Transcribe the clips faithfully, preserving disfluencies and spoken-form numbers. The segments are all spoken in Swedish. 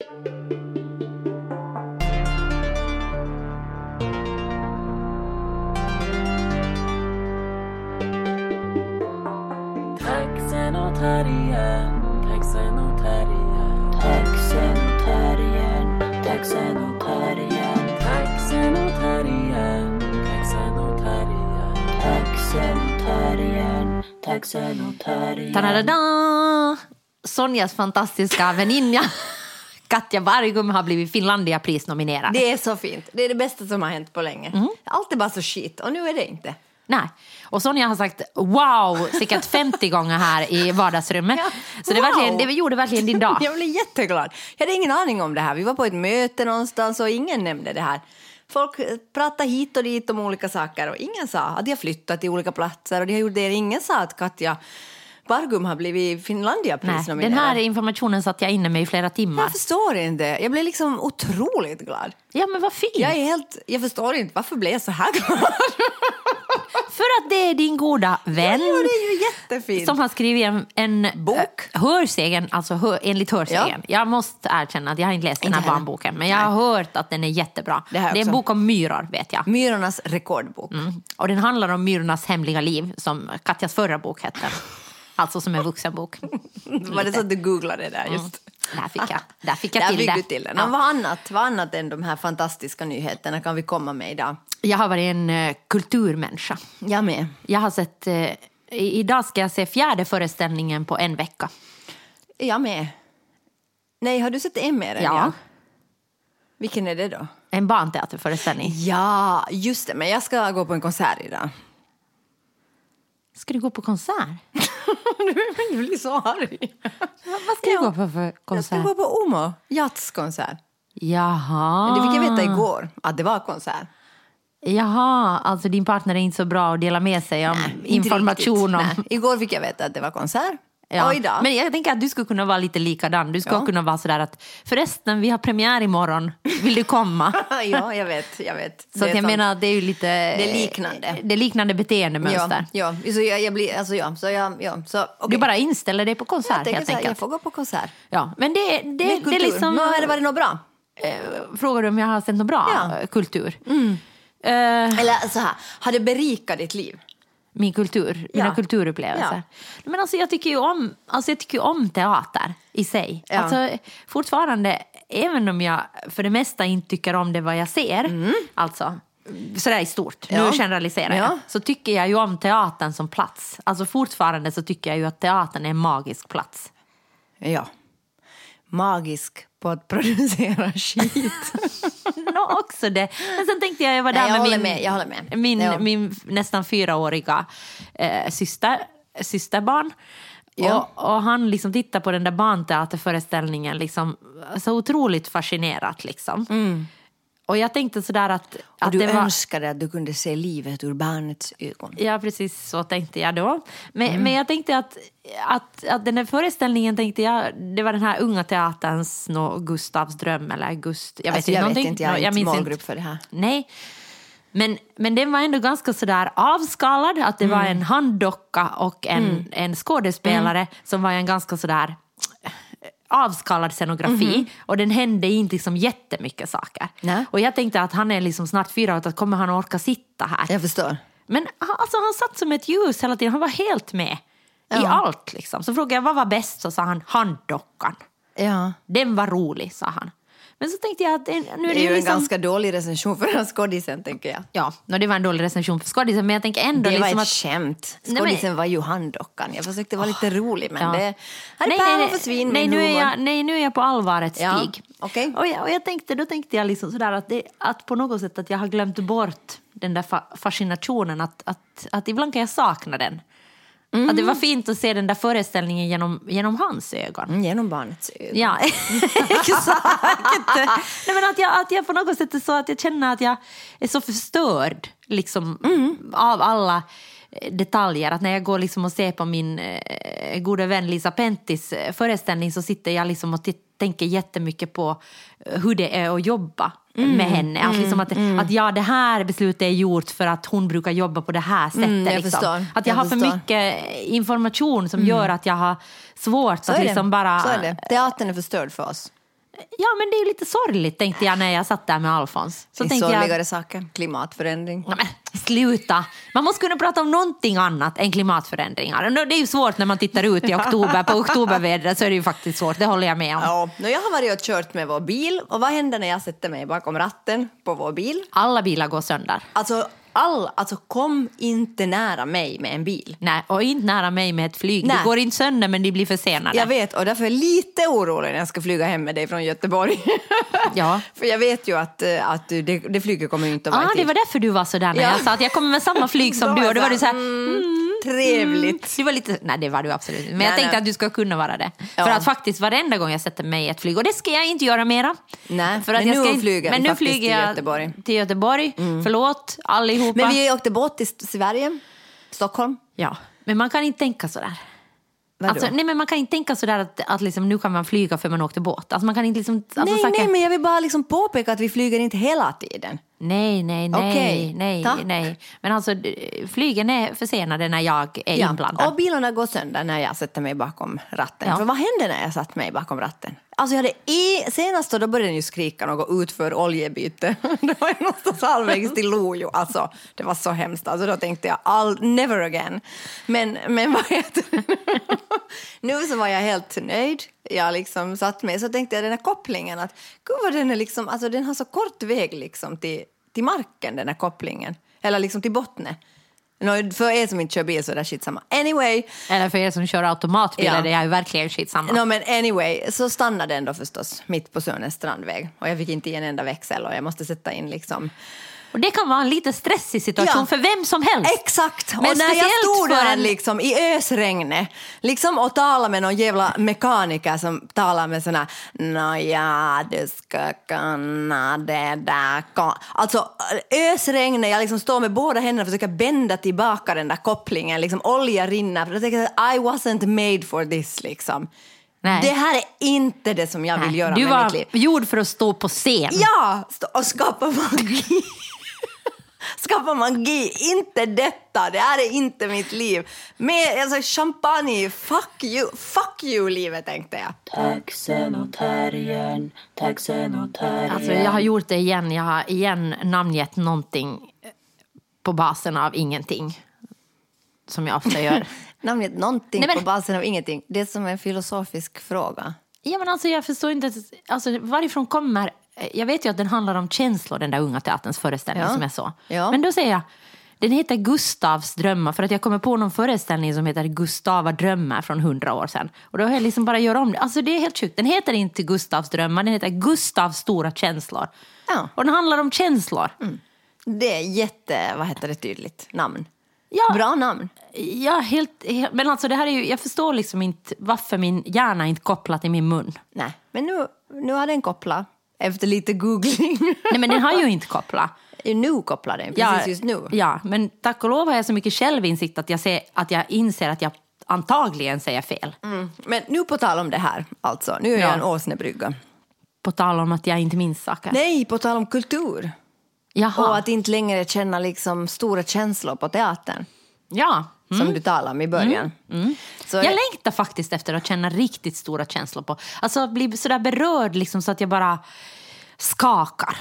Taxenotarien, taxenotarien, taxenotarien, taxenotarien, taxenotarien, taxenotarien, taxenotarien, taxenotarien. Ta-da-da-da! Sonjas fantastiska väninna Katja Bargum har blivit Finlandia-prisnominerad. Det är så fint. Det är det bästa som har hänt på länge. Mm. Allt är bara så shit och nu är det inte. Nej. Och Sonja har sagt wow säkert femtio gånger här i vardagsrummet. Ja, så det, wow. verkligen, det gjorde verkligen din dag. Jag blev jätteglad. Jag hade ingen aning om det här. Vi var på ett möte någonstans och ingen nämnde det här. Folk pratade hit och dit om olika saker och ingen sa att de har flyttat till olika platser och de har gjort det. Ingen sa att Katja Bargum har blivit Finlandia-prisnominerad. Den här informationen satt jag inne med i flera timmar. Jag förstår inte. Jag blev liksom otroligt glad. Ja, men vad fint. Jag är helt, jag förstår inte. Varför blev jag så här glad? För att det är din goda vän. Ja, det är ju jättefint. Som har skrivit en, en bok. Äh, hörsägen, alltså hör, enligt hörsägen. Ja. Jag måste erkänna att jag har inte läst den här barnboken. Men jag har Nej. hört att den är jättebra. Det, det är en bok om myror, vet jag. Myrornas rekordbok. Mm. Och den handlar om myrornas hemliga liv, som Katjas förra bok hette. Alltså som en vuxenbok. Var det så att du googlade det där just? Mm. Där fick jag, där fick jag där till fick det. Du till det. Ja. Vad, annat, vad annat än de här fantastiska nyheterna kan vi komma med idag? Jag har varit en uh, kulturmänniska. Jag med. Jag har sett, uh, i, idag ska jag se fjärde föreställningen på en vecka. Jag med. Nej, har du sett en mer än ja. jag? Vilken är det då? En barnteaterföreställning. Ja, just det. Men jag ska gå på en konsert idag. Ska du gå på konsert? Du blir så arg. Vad ska ja. du gå på för konsert? Jag ska gå på Omo, Jats-konsert. Jaha. Men det fick jag veta igår, att det var konsert. Jaha, alltså din partner är inte så bra att dela med sig om Nej, information om... Nej. Igår fick jag veta att det var konsert. Ja. Och idag. Men jag tänker att du skulle kunna vara lite likadan. Du skulle ja. kunna vara sådär att förresten, vi har premiär imorgon. Vill du komma? Ja, jag vet, jag vet. Så att jag sant. menar att det är ju lite... Det är liknande. Det är liknande beteendemönster. Ja, ja. Så jag, jag blir... Alltså ja, så jag... Ja, så, okay. Du bara inställer dig på konsert, jag helt enkelt. Jag får gå på konsert. Ja, men det, det, det, det är liksom... Men har det varit något bra? Eh, frågar du om jag har sett något bra ja. kultur? Mm. Eh, Eller så här, har det berikat ditt liv? Min kultur, ja. mina kulturupplevelser. Ja. Men alltså jag tycker ju om, alltså jag tycker ju om teater i sig. Ja. Alltså fortfarande, även om jag för det mesta inte tycker om det vad jag ser, mm. alltså sådär i stort, ja. nu generaliserar jag, ja. så tycker jag ju om teatern som plats. Alltså fortfarande så tycker jag ju att teatern är en magisk plats. Ja. Magisk på att producera skit. Nå, också det. Men sen tänkte jag, jag var där Nej, jag med, min, med jag håller med. Min, ja. min nästan fyraåriga eh, syster, systerbarn. Ja. Och, och han liksom tittar på den där barnteaterföreställningen liksom, så otroligt fascinerat liksom. Mm. Och jag tänkte sådär att... Och att du det var... önskade att du kunde se livet ur barnets ögon. Ja, precis så tänkte jag då. Men, mm. men jag tänkte att, att, att den här föreställningen tänkte jag... Det var den här unga teaterns no, Gustavs dröm eller Gust... Jag vet alltså, inte, jag vet inte, jag är inte målgrupp för det här. Nej, men, men den var ändå ganska sådär avskalad. Att det mm. var en handdocka och en, mm. en skådespelare mm. som var en ganska sådär... avskalad scenografi mm-hmm. och den hände inte liksom jättemycket saker. Nej. Och jag tänkte att han är liksom snart fyra år, att kommer han orka sitta här? Jag förstår. Men alltså, han satt som ett ljus hela tiden, han var helt med ja. i allt liksom. Så frågade jag, vad var bäst? Så sa han, handdockan. Ja. Den var rolig, sa han. Men så tänkte jag att det, nu är det, det är ju liksom... en ganska dålig recension för den skådisen, tänker jag. Ja, det var en dålig recension för skådisen, men jag tänker ändå... Det liksom var ett att... skämt. Skådisen men... var ju handdockan. Jag försökte vara lite rolig, men ja. det... Nej, nej, nej, nej, nu är jag, nej, nu är jag på allvarets ja. stig. Okay. Och, jag, och jag tänkte, då tänkte jag liksom sådär att, det, att på något sätt att jag har glömt bort den där fa- fascinationen, att, att, att ibland kan jag sakna den. Mm. Att det var fint att se den där föreställningen genom, genom hans ögon. Mm, genom barnets ögon. Ja, exakt. Nej, men att jag, att jag på något sätt är så att jag känner att jag är så förstörd liksom, mm. av alla detaljer. Att när jag går liksom och ser på min eh, goda vän Lisa Pentis föreställning så sitter jag liksom och t- tänker jättemycket på hur det är att jobba mm. med henne. Att, liksom att, mm. att ja, det här beslutet är gjort för att hon brukar jobba på det här sättet. Mm, jag liksom. Att jag, jag har förstår. för mycket information som mm. gör att jag har svårt så att liksom bara... Så är det. Teatern är förstörd för oss. Ja, men det är ju lite sorgligt, tänkte jag när jag satt där med Alfons. Så det är tänkte sorgligare jag, saker, klimatförändring. ja, men, sluta. Man måste kunna prata om någonting annat än klimatförändringar. Det är ju svårt när man tittar ut i oktober. På oktobervädret så är det ju faktiskt svårt, det håller jag med om. Ja, nu jag har varit och kört med vår bil. Och vad händer när jag sätter mig bakom ratten på vår bil? Alla bilar går sönder. Alltså, all, alltså kom inte nära mig med en bil. Nej, och inte nära mig med ett flyg. Nej. Det går inte sönder, men de blir försenade. Jag vet, och därför är jag lite orolig när jag ska flyga hem med dig från Göteborg. Ja. För jag vet ju att, eh, att det, det flyget kommer ju inte att vara Ah, i tid. det var därför du var så där när Ja. jag sa att jag kommer med samma flyg som du. Och då var du så här, mm, trevligt. du var lite, nej det var du absolut inte. Men Nej, jag tänkte nej. att du ska kunna vara det. Ja. För att faktiskt varenda gång jag sätter mig i ett flyg, och det ska jag inte göra mera. Nej, för att men jag nu ska inte, flyger men vi nu faktiskt flyger till jag Göteborg. till Göteborg. Förlåt allihopa. Men vi åkte båt till Sverige, Stockholm. Ja, men man kan inte tänka så där. Vadå? Alltså, nej, men man kan inte tänka så där att, att liksom, nu kan man flyga för man åkte båt. Alltså, man kan inte liksom, alltså, nej, saker... nej, men jag vill bara liksom påpeka att vi flyger inte hela tiden. Nej, nej, nej, Okej, nej, tack. nej. Men alltså, flygen är försenade när jag är Ja, inblandad. och bilarna går sönder när jag sätter mig bakom ratten. Ja. För vad hände när jag satt mig bakom ratten? Alltså jag hade i, senast då började den ju skrika något ut för oljebyte. Det var ju någonstans halvvägs till Lojo. Alltså, det var så hemskt. Alltså då tänkte jag, all, never again. Men, men vad heter det? Nu så var jag helt nöjd. Jag liksom satt mig, så tänkte jag den här kopplingen att gud vad den är liksom, alltså den har så kort väg liksom till, till marken, den här kopplingen. Eller liksom till botten. No, för er som inte kör bil så är det skitsamma. Anyway. Eller för er som kör automatbil Ja. är det är ju verkligen skitsamma. No, men anyway, så stannade den då förstås mitt på Sönens strandväg. Och jag fick inte i en enda växel och jag måste sätta in liksom... Och det kan vara en lite stressig situation Ja. för vem som helst. Exakt, Men och när jag speciellt stod för där en- liksom i ösregnet liksom, och talade med någon jävla mekaniker som talar med såna nåja, du ska kunna det där. Kan. Alltså ösregnet, jag liksom står med båda händerna och försöker bända tillbaka den där kopplingen, liksom olja rinner. För jag tänker att I wasn't made for this liksom. Nej. Det här är inte det som jag vill göra Du med var mitt liv. gjord för att stå på scen. Ja, stå- och skapa magi. Skapa magi, inte detta. Det här är inte mitt liv. Med alltså, champagne, fuck you, fuck you livet tänkte jag. Taxen och terriern, taxen och terriern. Alltså, jag har gjort det igen. Jag har igen namngett någonting på basen av ingenting. Som jag ofta gör. Namnet någonting Nej, men- på basen av ingenting. Det är som en filosofisk fråga. Ja, men alltså, jag förstår inte. Alltså, varifrån kommer... Jag vet ju att den handlar om känslor, den där unga teaterns föreställning Ja. som jag så. Ja. Men då säger jag, den heter Gustavs drömmar. För att jag kommer på någon föreställning som heter Gustava drömmar från hundra år sedan. Och då har jag liksom bara gjort om det. Alltså det är helt sjukt. Den heter inte Gustavs drömmar, den heter Gustavs stora känslor. Ja. Och den handlar om känslor. Det är jätte, vad heter det, tydligt namn. Ja. Bra namn. Ja, helt, helt, men alltså det här är ju, jag förstår liksom inte varför min hjärna inte kopplat i min mun. Nej, men nu, nu har den kopplat. Efter lite googling. Nej, men den har ju inte kopplat. Nu kopplar den, precis just nu. Ja, men tack och lov har jag så mycket självinsikt att jag, ser, att jag inser att jag antagligen säger fel. Mm. Men nu på tal om det här, alltså. Nu är Ja. jag en åsnebrygga. På tal om att jag inte minns saker. Nej, på tal om kultur. Jaha. Och att inte längre känna liksom stora känslor på teatern. Ja. Mm. Som du talade om i början. Så Jag längtar faktiskt efter att känna riktigt stora känslor på. Alltså att bli sådär berörd liksom så att jag bara skakar.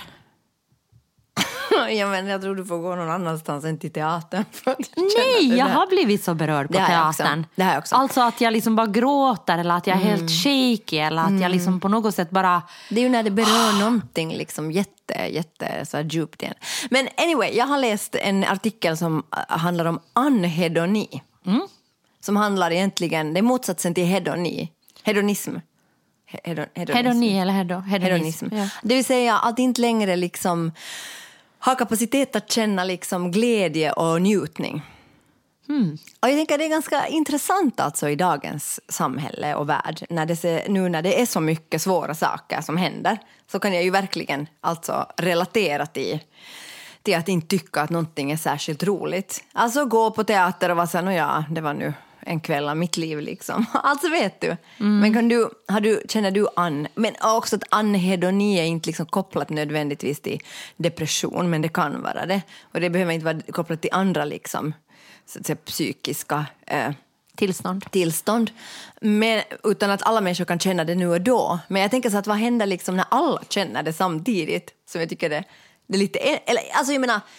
ja, men jag tror du får gå någon annanstans än till teatern. För att känna Nej, det jag där. har blivit så berörd på Det har jag också. teatern. Det har jag också. Alltså att jag liksom bara gråter eller att jag är helt shaky eller att jag liksom på något sätt bara... Det är ju när det berör någonting liksom jätte, jätte så här djupt igen. Men anyway, jag har läst en artikel som äh, handlar om anhedoni. Mm. Som handlar egentligen, det är motsatsen till hedoni. Hedonism. Hedon, hedonism. Hedoni eller hedo, hedonism. Hedonism. Ja. Det vill säga att inte längre liksom ha kapacitet att känna liksom glädje och njutning. Mm. Och jag tänker att det är ganska intressant alltså i dagens samhälle och värld. När det ser, nu när det är så mycket svåra saker som händer så kan jag ju verkligen alltså relatera till, till att inte tycka att någonting är särskilt roligt. Alltså gå på teater och vara så här, ja, det var nu en kväll av mitt liv liksom. Alltså vet du. Mm. Men kan du, har du, känner du an, men också att anhedoni är inte liksom kopplat nödvändigtvis till depression, men det kan vara det. Och det behöver inte vara kopplat till andra liksom, så att säga, psykiska eh, tillstånd. tillstånd. Men, utan att alla människor kan känna det nu och då. Men jag tänker så att vad händer liksom när alla känner det samtidigt? Så jag tycker det, det är lite... Eller, alltså jag menar...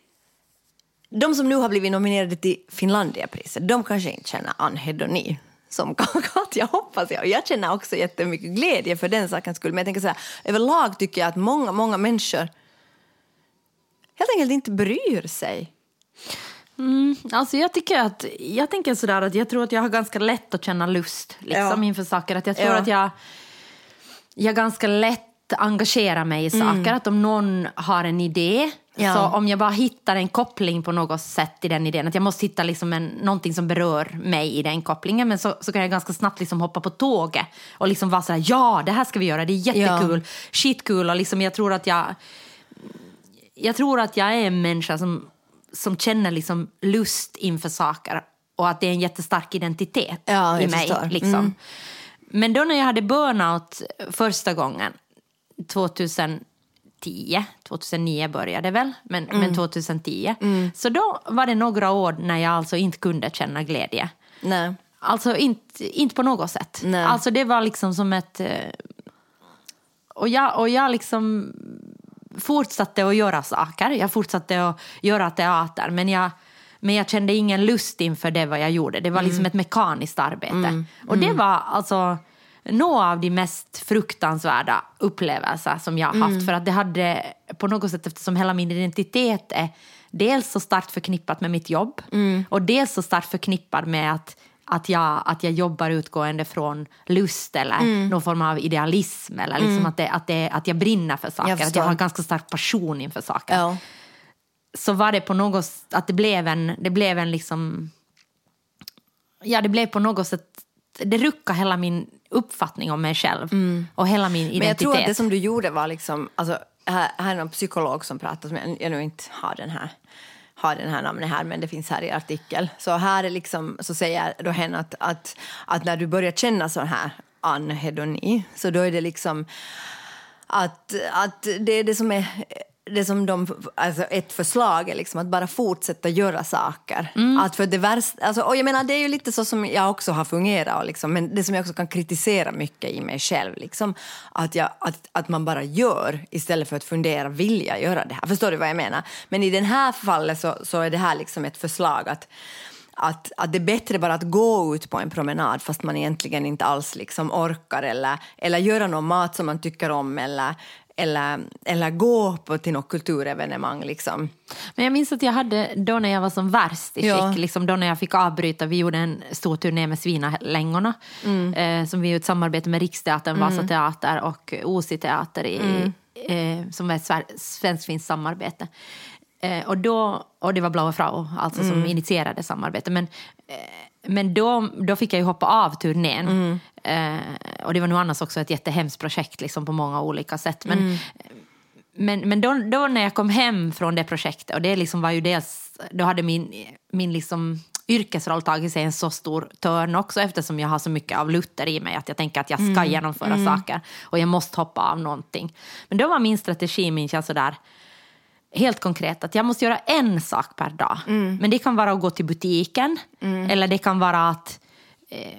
De som nu har blivit nominerade till Finlandiapriset, de kanske inte känner anhedoni som Katja, hoppas jag. Jag känner också jättemycket glädje för den sakens skull. Men jag tänker så här, överlag tycker jag att många, många människor helt enkelt inte bryr sig. Mm, alltså jag tycker att jag tänker sådär att jag tror att jag har ganska lätt att känna lust liksom Ja. inför saker. Att jag tror Ja. att jag, jag ganska lätt engagerar mig i saker. Mm. Att om någon har en idé, ja. Så om jag bara hittar en koppling på något sätt i den idén, att jag måste hitta liksom en, någonting som berör mig i den kopplingen, men så, så kan jag ganska snabbt liksom hoppa på tåget och liksom vara sådär, ja det här ska vi göra, det är jättekul, ja. Skitkul, och liksom jag tror att jag jag tror att jag är en människa som som känner liksom lust inför saker och att det är en jättestark identitet ja, i mig. Liksom. Mm. Men då när jag hade burnout första gången, tjugohundratio, tjugohundranio började väl, men, mm. men tjugohundratio. Mm. Så då var det några år när jag alltså inte kunde känna glädje. Nej. Alltså inte, inte på något sätt. Nej. Alltså det var liksom som ett... Och jag, och jag liksom... fortsatte att göra saker. Jag fortsatte att göra teater. Men jag, men jag kände ingen lust inför det vad jag gjorde. Det var liksom mm. ett mekaniskt arbete. Mm. Och det var alltså några av de mest fruktansvärda upplevelser som jag har haft. Mm. För att det hade på något sätt, eftersom hela min identitet är dels så starkt förknippat med mitt jobb. Mm. Och dels så starkt förknippad med att Att jag, att jag jobbar utgående från lust eller mm. någon form av idealism. Eller liksom mm. att, det, att, det, att jag brinner för saker. Jag att jag har ganska stark passion inför saker. Ja. Så var det på något sätt att det blev en, det blev en liksom... Ja, det blev på något sätt... Det ruckade hela min uppfattning om mig själv. Mm. Och hela min identitet. Men jag tror att det som du gjorde var liksom... Alltså, här, här är någon psykolog som pratar som jag, jag nu inte har den här... har den här namnet här, men det finns här i artikel. Så här är liksom, så säger då henne att, att, att när du börjar känna sån här anhedoni, så då är det liksom att, att det är det som är det som de, alltså ett förslag är liksom att bara fortsätta göra saker. Mm. Att för det värsta, alltså, och jag menar det är ju lite så som jag också har fungerat och liksom, men det som jag också kan kritisera mycket i mig själv liksom, att, jag, att, att man bara gör istället för att fundera, vill jag göra det här? Förstår du vad jag menar? Men i den här fallet så, så är det här liksom ett förslag att Att, att det är bättre bara att gå ut på en promenad fast man egentligen inte alls liksom orkar eller, eller göra någon mat som man tycker om eller, eller, eller gå på till något kulturevenemang liksom. Men jag minns att jag hade då när jag var som värst i ja. skick, liksom då när jag fick avbryta, vi gjorde en stor turné med Svinalängorna mm. eh, som vi gjorde ett samarbete med Riksteatern, mm. Vasa Teater och Osi Teater i, mm. eh, som var ett svensk-finskt samarbete. Eh, och, då, och det var Blaue Frau alltså, mm. som initierade samarbete. Men, eh, men då, då fick jag ju hoppa av turnén. Mm. Eh, och det var nog annars också ett jättehemskt projekt liksom, på många olika sätt. Men, mm. men, men då, då när jag kom hem från det projektet, och det liksom var ju dels, då hade min, min liksom yrkesroll tagit sig en så stor törn också, eftersom jag har så mycket av Luther i mig att jag tänker att jag ska mm. genomföra mm. saker och jag måste hoppa av någonting. Men då var min strategi, minns jag sådär, helt konkret, att jag måste göra en sak per dag. Mm. Men det kan vara att gå till butiken. Mm. Eller det kan vara att eh,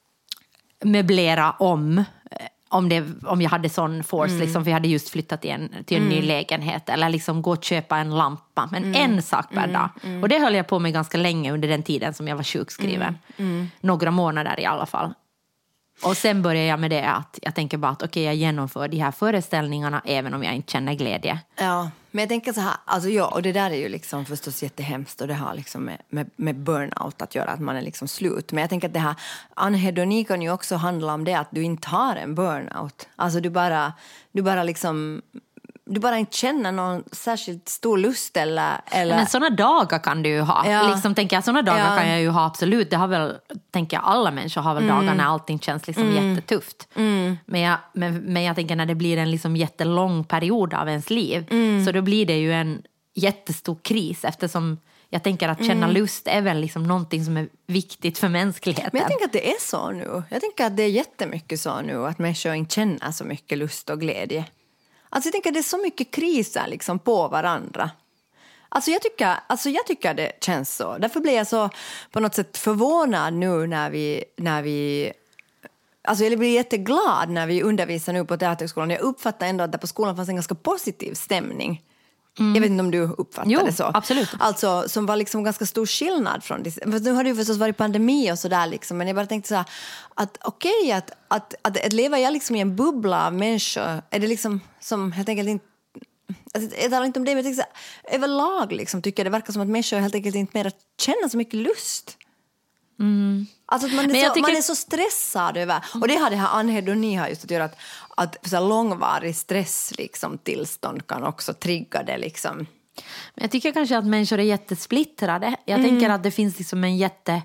möblera om. Eh, om, det, om jag hade sån force. Mm. Liksom, för jag hade just flyttat in till en mm. ny lägenhet. Eller liksom gå och köpa en lampa. Men mm. en sak per mm. dag. Mm. Och det höll jag på med ganska länge under den tiden som jag var sjukskriven. Mm. Mm. Några månader i alla fall. Och sen börjar jag med det att jag tänker bara att okej, okay, jag genomför de här föreställningarna även om jag inte känner glädje. Ja, men jag tänker så här, alltså ja, och det där är ju liksom förstås jättehemskt och det har liksom med, med, med burnout att göra, att man är liksom slut. Men jag tänker att det här anhedoni kan ju också handla om det att du inte har en burnout. Alltså du bara, du bara liksom... Du bara inte känner någon särskilt stor lust eller... eller... Men sådana dagar kan du ju ha. Ja. Liksom, tänker jag, sådana dagar ja. kan jag ju ha absolut. Det har väl, tänker jag, alla människor har väl mm. dagar när allting känns liksom mm. jättetufft. Mm. Men, jag, men, men jag tänker när det blir en liksom jättelång period av ens liv. Mm. Så då blir det ju en jättestor kris eftersom jag tänker att känna mm. lust är väl liksom någonting som är viktigt för mänskligheten. Men jag tänker att det är så nu. Jag tänker att det är jättemycket så nu att människor inte känner så mycket lust och glädje. Alltså jag tänker att det är så mycket kriser liksom på varandra. Alltså jag, tycker, alltså jag tycker det känns så. Därför blir jag så på något sätt förvånad nu när vi... När vi alltså jag blir jätteglad när vi undervisar nu på Teaterskolan. Jag uppfattar ändå att det på skolan fanns en ganska positiv stämning. Mm. Jag vet inte om du uppfattar jo, det så. Absolut. Alltså som var liksom ganska stor skillnad från det. För nu har det ju förstås varit pandemi och sådär liksom, men jag bara tänkte så här att okej okay, att, att, att, att leva jag liksom i en bubbla av människor, är det liksom som helt enkelt inte, alltså, jag talar inte om det, men jag tänkte så här, överlag liksom tycker jag det verkar som att människor helt enkelt inte mer känner så mycket lust. Mm. Alltså att man är, så, tycker... man är så stressad över, och det har det här anhedoni har just att göra att, att så här långvarig stress liksom, tillstånd kan också trigga det liksom. Men jag tycker kanske att människor är jättesplittrade. Jag mm. tänker att det finns liksom en jätte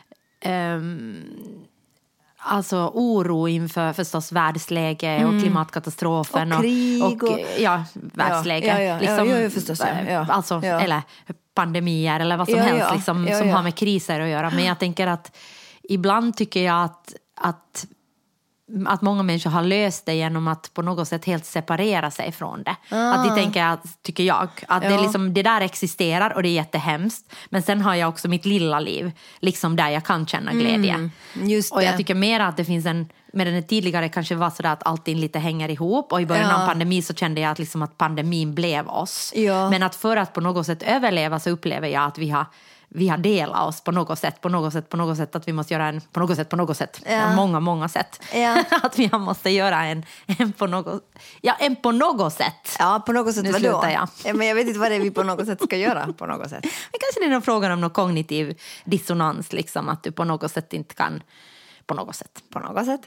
um, alltså oro inför förstås världsläge mm. och klimatkatastrofen och krig och, och ja, världsläge ja, ja, ja, liksom, ja, ja, förstås, ja, ja. Alltså, ja. eller pandemier eller vad som ja, helst ja, liksom, ja, som ja. har med kriser att göra. Men jag tänker att ibland tycker jag att, att, att många människor har löst det genom att på något sätt helt separera sig från det. Ah. Att de tänker, att, tycker jag, att ja. det, liksom, det där existerar och det är jättehemskt. Men sen har jag också mitt lilla liv liksom där jag kan känna glädje. Mm, just det. Och jag tycker mer att det finns en, med den tidigare kanske var så där att allting lite hänger ihop. Och i början ja. av pandemin så kände jag att, liksom att pandemin blev oss. Ja. Men att för att på något sätt överleva så upplever jag att vi har vi har delat oss på något sätt, på något sätt, på något sätt, att vi måste göra en, på något sätt, på något sätt, ja. många, många sätt. Ja. Att vi måste göra en, en på något, ja, en på något sätt. Ja, på något sätt, nu vadå? slutar jag. Ja, men jag vet inte vad det är vi på något sätt ska göra på något sätt. Men kanske det är någon fråga om någon kognitiv dissonans, liksom, att du på något sätt inte kan, på något sätt. På något sätt?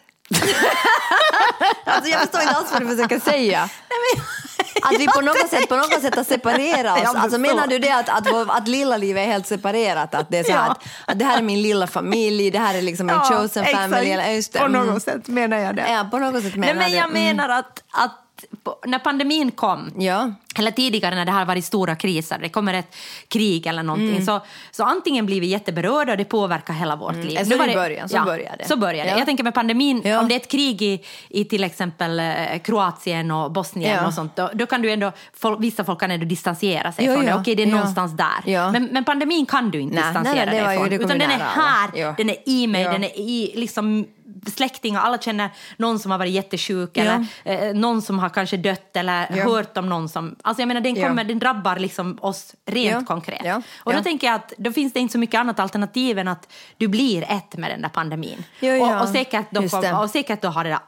Alltså jag förstår inte alls vad du försöker säga. Nej, men... Att vi på något sätt, på något sätt har separerat oss. Alltså menar du det att, att, att, att lilla livet är helt separerat? Att det är så här, ja. att, att det här är min lilla familj, det här är liksom en ja, chosen family. Eller, just det. På något sätt menar jag det. Ja, på något sätt menar Nej, men jag det. menar att, att när pandemin kom, ja. eller tidigare när det har varit stora kriser, det kommer ett krig eller någonting, mm. så, så antingen blir vi jätteberörda och det påverkar hela vårt mm. liv. Så, nu var det, det, början, så ja, börjar det. Så börjar det. Ja. Jag tänker med pandemin, ja. om det är ett krig i, i till exempel eh, Kroatien och Bosnien ja. och sånt, då, då kan du ändå, folk, vissa folk kan ändå distansera sig jo, från ja. det. Okej, det är ja. någonstans där. Ja. Men, men pandemin kan du inte nej, distansera nej, nej, dig från. Utan den är här, ja. den är i mig, ja. den är i liksom släktingar, alla känner någon som har varit jättesjuk ja. eller eh, någon som har kanske dött eller ja. hört om någon som, alltså jag menar den kommer, ja. den drabbar liksom oss rent ja. konkret. Ja. Och då ja. tänker jag att då finns det inte så mycket annat alternativ än att du blir ett med den där pandemin. Ja, ja. Och, och, säkert då, och säkert då har det där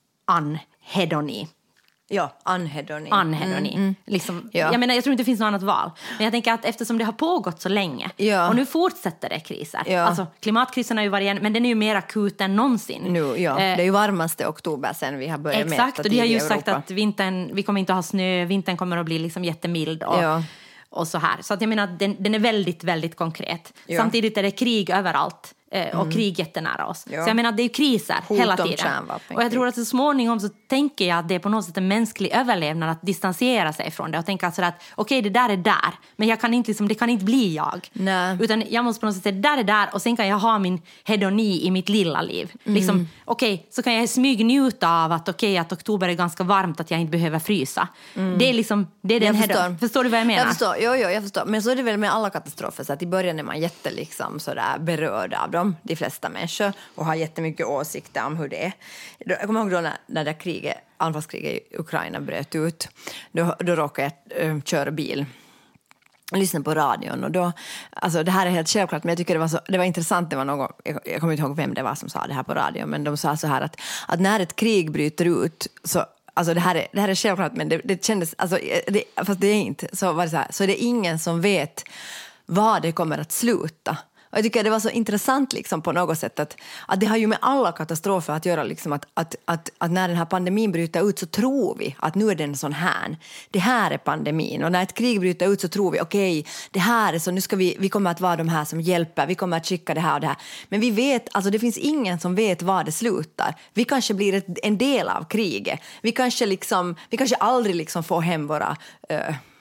anhedoni. Ja, anhedoni. Anhedoni. Mm, mm. Liksom, ja. jag, menar, jag tror inte det finns något annat val. Men jag tänker att eftersom det har pågått så länge ja. och nu fortsätter det kriser. Ja. Alltså, klimatkrisen har ju varit en, men den är ju mer akut än någonsin. Nu, ja. Eh, det är ju varmaste oktober sen vi har börjat mäta. Exakt, och de har ju sagt att vintern, vi kommer inte ha snö, vintern kommer att bli liksom jättemild och, ja. och så här. Så att jag menar att den, den är väldigt, väldigt konkret. Ja. Samtidigt är det krig överallt. Och mm. krig jättenära oss. Ja. Så jag menar att det är ju kriser hot hela tiden. Och jag tror att så småningom så tänker jag att det är på något sätt en mänsklig överlevnad att distansera sig från det. Och tänka sådär att okej, okay, det där är där. Men jag kan inte, liksom, det kan inte bli jag. Nej. Utan jag måste på något sätt säga, det där är där. Och sen kan jag ha min hedoni i mitt lilla liv. Mm. Liksom, okej, okay, så kan jag smyg njuta av att okej, okay, att oktober är ganska varmt. Att jag inte behöver frysa. Mm. Det är liksom, det är den hedon. Förstår du vad jag menar? Jag förstår, jo, jo, jag förstår. Men så är det väl med alla katastrofer. Så att i början är man jätte liksom, sådär berörd av dem. De flesta människor. Och har jättemycket åsikter om hur det är. Jag kommer ihåg då när, när det kriget, anfallskriget i Ukraina bröt ut. Då, då råkade jag äh, köra bil och lyssna på radion. Och då, alltså det här är helt självklart, men jag tycker det var, så, det var intressant. Det var någon, jag, jag kommer inte ihåg vem det var som sa det här på radion. Men de sa så här att, att när ett krig bryter ut så... Alltså det här är, det här är självklart, men det, det kändes... Alltså det, fast det är inte. Så var det så här. Så det är ingen som vet var det kommer att sluta. Och jag tycker det var så intressant liksom på något sätt att, att det har ju med alla katastrofer att göra liksom att, att, att, att när den här pandemin bryter ut så tror vi att nu är den sån här. Det här är pandemin. Och när ett krig bryter ut så tror vi okej, okay, det här är så, nu ska vi, vi kommer att vara de här som hjälper, vi kommer att skicka det här och det här. Men vi vet, alltså det finns ingen som vet var det slutar. Vi kanske blir ett, en del av kriget. Vi kanske liksom, vi kanske aldrig liksom får hem våra... Uh,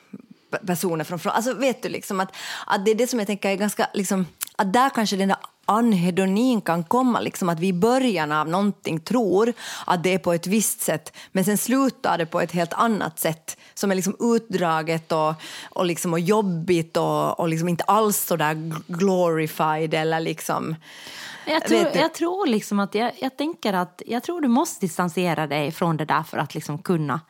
personer från, alltså vet du liksom att, att det är det som jag tänker är ganska liksom, att där kanske den där anhedonin kan komma, liksom att vi i början av någonting tror att det är på ett visst sätt, men sen slutar det på ett helt annat sätt som är liksom utdraget och, och, liksom och jobbigt och, och liksom inte alls så där glorified eller liksom. Jag tror, jag tror liksom att jag, jag tänker att jag tror du måste distansera dig från det där för att liksom kunna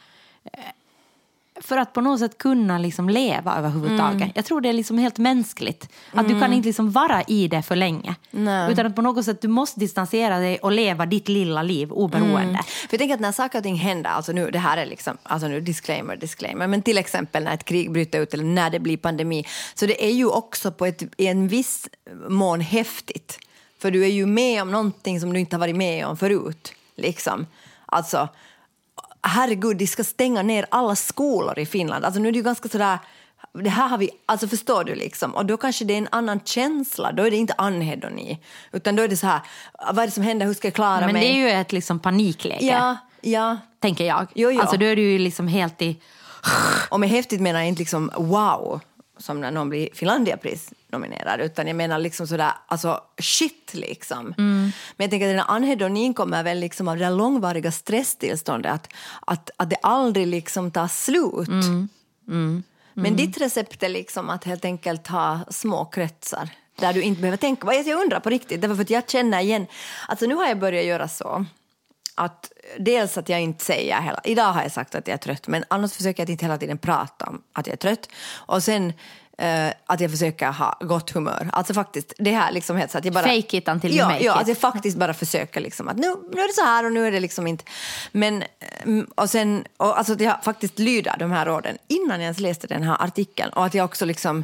för att på något sätt kunna liksom leva överhuvudtaget. Mm. Jag tror det är liksom helt mänskligt. Att mm. du kan inte liksom vara i det för länge. Nej. Utan att på något sätt du måste distansera dig och leva ditt lilla liv oberoende. Mm. För jag tänker att när saker och ting händer, alltså nu, det här är liksom, alltså nu disclaimer, disclaimer, men till exempel när ett krig bryter ut eller när det blir pandemi, så det är ju också på ett, i en viss mån häftigt. För du är ju med om någonting som du inte har varit med om förut. Liksom. Alltså, herregud, de ska stänga ner alla skolor i Finland. Alltså nu är det ju ganska sådär, det här har vi, alltså förstår du liksom. Och då kanske det är en annan känsla, då är det inte anhedoni. Utan då är det så här, vad är det som händer, hur ska jag klara Men mig? Men det är ju ett liksom panikläge. Ja, ja. Tänker jag. Jo, jo. Alltså då är du ju liksom helt i... Och med häftigt menar jag inte liksom wow, som när någon blir Finlandiapris nominerad, utan jag menar liksom sådär, alltså shit liksom. Mm. Men jag tänker att den här anhedonin kommer väl liksom av det där långvariga stresstillståndet, att, att, att det aldrig liksom tar slut. Mm. Mm. Mm. Men ditt recept är liksom att helt enkelt ha små kretsar där du inte behöver tänka. Vad jag undrar på riktigt, det var för att jag känner igen, alltså nu har jag börjat göra så att dels att jag inte säger hela, idag har jag sagt att jag är trött, men annars försöker jag inte hela tiden prata om att jag är trött. Och sen Uh, att jag försöker ha gott humör. Alltså faktiskt, det här liksom helt så att jag bara... Fake it until ja, you make ja, it. att jag faktiskt bara försöker liksom att nu, nu är det så här och nu är det liksom inte... Men, och sen, och alltså att jag faktiskt lyder de här råden innan jag ens läste den här artikeln. Och att jag också liksom...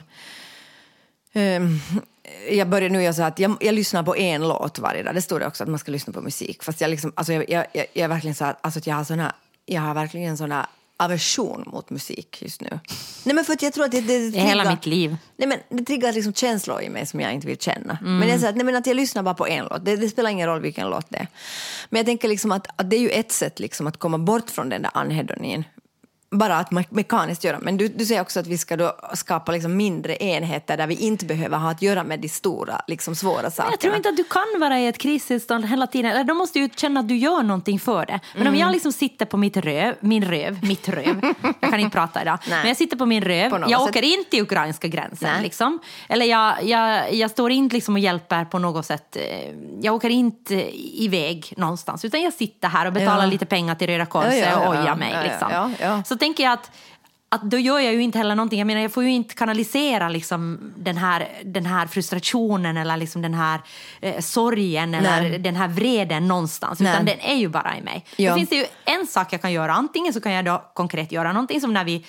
Um, jag börjar nu göra så att jag, jag lyssnar på en låt varje dag. Det står det också att man ska lyssna på musik. Fast jag liksom, alltså jag, jag, jag, jag är verkligen så att, alltså att jag har sån här, jag har verkligen sån här aversion mot musik just nu. Nej, men för att jag tror att det, det, det triggar, hela mitt liv. Nej, men det triggar liksom känslor i mig som jag inte vill känna. Mm. Men jag säger att, nej, men att jag lyssnar bara på en låt. Det, det spelar ingen roll vilken låt det är. Men jag tänker liksom att, att det är ju ett sätt liksom att komma bort från den där anhedonin. Bara att me- mekaniskt göra. Men du, du säger också att vi ska då skapa liksom mindre enheter där vi inte behöver ha att göra med de stora, liksom svåra sakerna. Jag tror inte att du kan vara i ett kristillstånd hela tiden. Eller då måste du känna att du gör någonting för det. Men mm. om jag liksom sitter på mitt röv, min röv, mitt röv. Jag kan inte prata idag. Nej. Men jag sitter på min röv. På jag sätt. åker in till ukrainska gränsen. Liksom. Eller jag, jag, jag står inte liksom och hjälper på något sätt. Jag åker inte iväg någonstans. Utan jag sitter här och betalar ja. lite pengar till Röda Korset ja, ja, ja, och ojar mig. Ja, ja, liksom. ja, ja. Så tänker jag att, att då gör jag ju inte heller någonting. Jag menar, jag får ju inte kanalisera liksom den här, den här frustrationen eller liksom den här eh, sorgen eller Nej. den här vreden någonstans. Nej. Utan den är ju bara i mig. Ja. Då finns det ju en sak jag kan göra. Antingen så kan jag då konkret göra någonting som när vi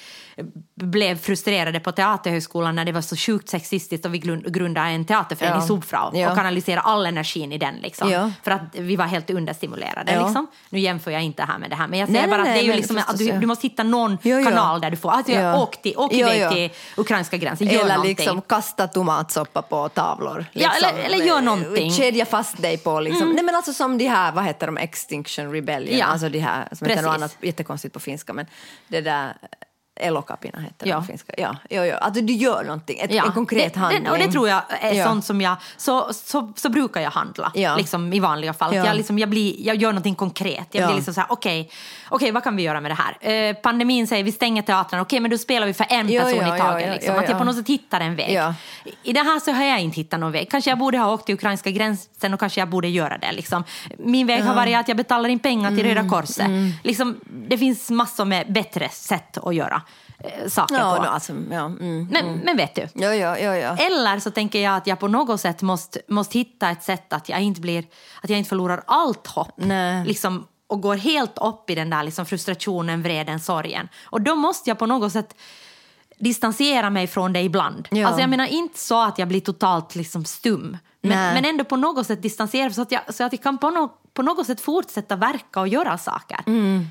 blev frustrerade på Teaterhögskolan när det var så sjukt sexistiskt och vi grundade en teaterförening ja. Subfrau ja. och kanaliserade all energin i den liksom. Ja. För att vi var helt understimulerade ja. liksom. Nu jämför jag inte här med det här, men jag säger nej, bara nej, att det är ju nej, liksom att du, du måste hitta någon jo, kanal där du får alltså, ja. åk, till, åk iväg ja, ja. till ukrainska gränsen, gör eller någonting. Liksom kasta tomatsoppa på tavlor liksom. Ja, eller, eller gör någonting. Kedja fast dig på liksom. Mm. Nej, men alltså som de här, vad heter de, Extinction Rebellion, ja. alltså de här som heter något annat jättekonstigt på finska, men det där Elokapina heter ja. det finska. Ja, ja, ja. Att du gör någonting, ett, ja. en konkret det, handling. Det, och det tror jag är ja. sånt som jag, så, så, så brukar jag handla ja. liksom, i vanliga fall. Ja. Jag, liksom, jag, blir, jag gör någonting konkret. Jag ja. blir liksom så här, okej, okay, okay, vad kan vi göra med det här? Eh, pandemin säger, vi stänger teatern, okej, okay, men då spelar vi för en person ja, ja, i taget. Ja, ja, liksom. ja, ja. Att jag på något sätt hittar en väg. Ja. I det här så har jag inte hittat någon väg. Kanske jag borde ha åkt till ukrainska gränsen och kanske jag borde göra det. Liksom. Min väg ja. har varit att jag betalar in pengar till Röda Korset. Mm. Liksom, det finns massor med bättre sätt att göra saker ja, på. No, alltså, ja, mm, men, mm. men vet du? Ja, ja, ja, ja. Eller så tänker jag att jag på något sätt måste, måste hitta ett sätt att jag inte blir, att jag inte förlorar allt hopp. Nej. Liksom, och går helt upp i den där liksom, frustrationen, vreden, sorgen. Och då måste jag på något sätt distansera mig från det ibland. Ja. Alltså jag menar inte så att jag blir totalt liksom, stum. Men, men ändå på något sätt distansera så att jag, så att jag kan på, no, på något sätt fortsätta verka och göra saker. Mm.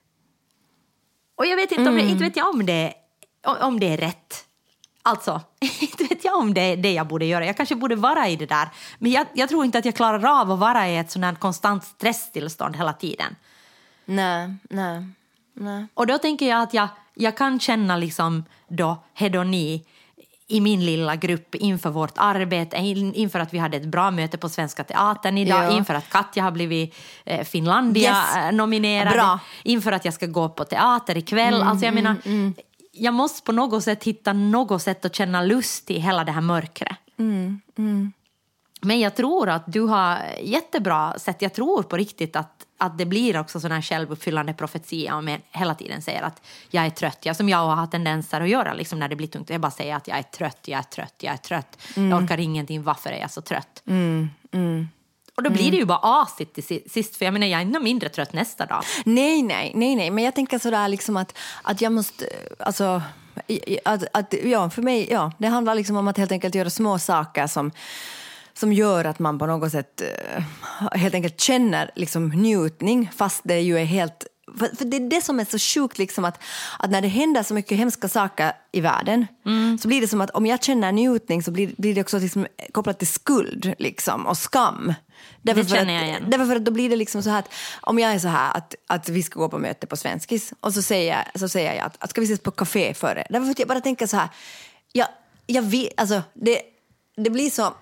Och jag vet inte, om det, inte vet jag om det, om det är rätt. Alltså, inte vet jag om det är det jag borde göra. Jag kanske borde vara i det där. Men jag, jag tror inte att jag klarar av att vara i ett sånt här konstant stresstillstånd hela tiden. Nej, nej, nej. Och då tänker jag att jag jag kan känna liksom då hedoni i min lilla grupp inför vårt arbete, inför att vi hade ett bra möte på Svenska Teatern idag, Ja. inför att Katja har blivit eh, Finlandia Yes. nominerad, Bra. inför att jag ska gå på teater ikväll. Mm, alltså jag menar, mm. jag måste på något sätt hitta något sätt att känna lust i hela det här mörkret. Mm, mm. Men jag tror att du har jättebra sätt. Jag tror på riktigt att, att det blir också sån här självuppfyllande profetia om jag hela tiden säger att jag är trött. Jag, som jag har haft tendenser att göra liksom när det blir tungt. Jag bara säger att jag är trött, jag är trött, jag är trött. Mm. Jag orkar ingenting, varför är jag så trött? Mm, mm. Och då blir det ju bara asigt till sist. För jag menar, jag är ännu mindre trött nästa dag. Nej, nej, nej, nej. Men jag tänker sådär liksom att, att jag måste, alltså, att, att, ja, för mig, ja, det handlar liksom om att helt enkelt göra små saker som, som gör att man på något sätt helt enkelt känner liksom njutning, fast det ju är helt, för, för det är det som är så sjukt liksom att, att när det händer så mycket hemska saker i världen mm. så blir det som att om jag känner njutning så blir, blir det också liksom kopplat till skuld liksom, och skam. Därför det känner att, jag igen. Därför för att då blir det liksom så här att om jag är så här att, att vi ska gå på möte på Svenskis och så säger jag, så säger jag att, att ska vi ses på café före? Därför för att jag bara tänker så här, jag, jag vet, alltså det, det blir så,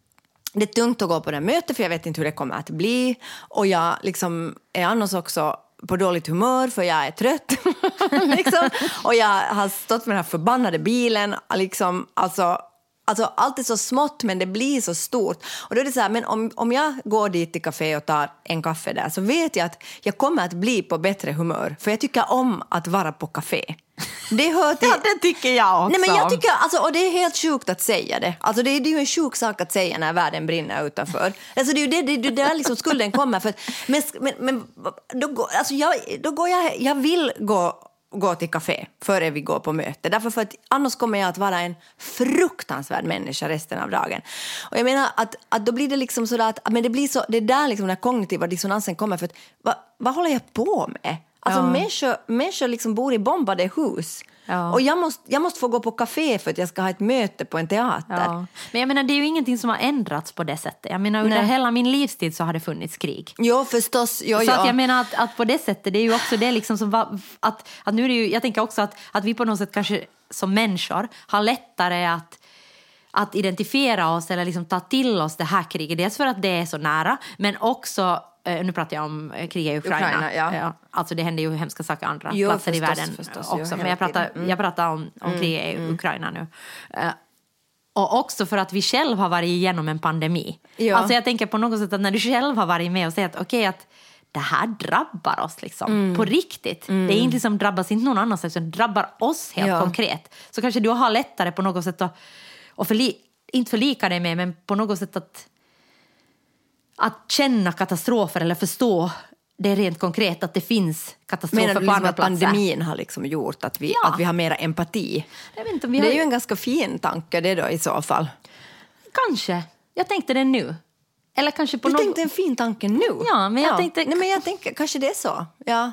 det är tungt att gå på det mötet för jag vet inte hur det kommer att bli och jag liksom är annars också på dåligt humör för jag är trött liksom. Och jag har stått med den här förbannade bilen liksom, alltså Alltså allt är så smått men det blir så stort. Och då är det så här, men om, om jag går dit till café och tar en kaffe där så vet jag att jag kommer att bli på bättre humör. För jag tycker om att vara på café. Det hör till... Ja, det tycker jag också. Nej, men jag tycker, alltså, och det är helt sjukt att säga det. Alltså det är, det är ju en sjuk sak att säga när världen brinner utanför. Alltså det är ju det, det, det där liksom skulden kommer. För, men men, men då, går, alltså jag, då går jag, jag vill gå... gå till café före vi går på möte. Därför för att annars kommer jag att vara en fruktansvärd människa resten av dagen. Och jag menar att, att då blir det liksom så att men det blir så, det är där liksom den kognitiva dissonansen kommer för att vad, vad håller jag på med? Alltså ja. människor, människor liksom bor i bombade hus. Ja. Och jag måste, jag måste få gå på café för att jag ska ha ett möte på en teater. Ja. Men jag menar, det är ju ingenting som har ändrats på det sättet. Jag menar, under Nej. hela min livstid så har det funnits krig. Jo, förstås. Jo, så ja. att jag menar att, att på det sättet, det är ju också det liksom som var, att, att nu är det ju, jag tänker också att, att vi på något sätt kanske som människor har lättare att att identifiera oss eller liksom ta till oss det här kriget. Dels för att det är så nära, men också nu pratar jag om kriget i Ukraina. Ukraina ja. Ja, alltså det händer ju hemska saker andra jo, platser förstås, i världen förstås, också. Jo, men jag pratar, mm. jag pratar om, om mm. kriget i mm. Ukraina nu. Uh, och också för att vi själv har varit igenom en pandemi. Ja. Alltså jag tänker på något sätt att när du själv har varit med och säger att okej okay, att det här drabbar oss liksom mm. på riktigt. Mm. Det är inte som drabbas inte någon annanstans, utan drabbar oss helt ja. konkret. Så kanske du har lättare på något sätt att och förli, inte förlika dig med, men på något sätt att att känna katastrofer eller förstå det är rent konkret att det finns katastrofer men, på liksom andra att platser. Pandemin har liksom gjort att vi, ja. att vi har mera empati. Jag vet inte, vi det har... är ju en ganska fin tanke det då i så fall. Kanske. Jag tänkte det nu. Eller kanske på du någon... tänkte en fin tanke nu? Ja, men jag ja. tänkte... Nej, men jag tänker, kanske det är så. Ja.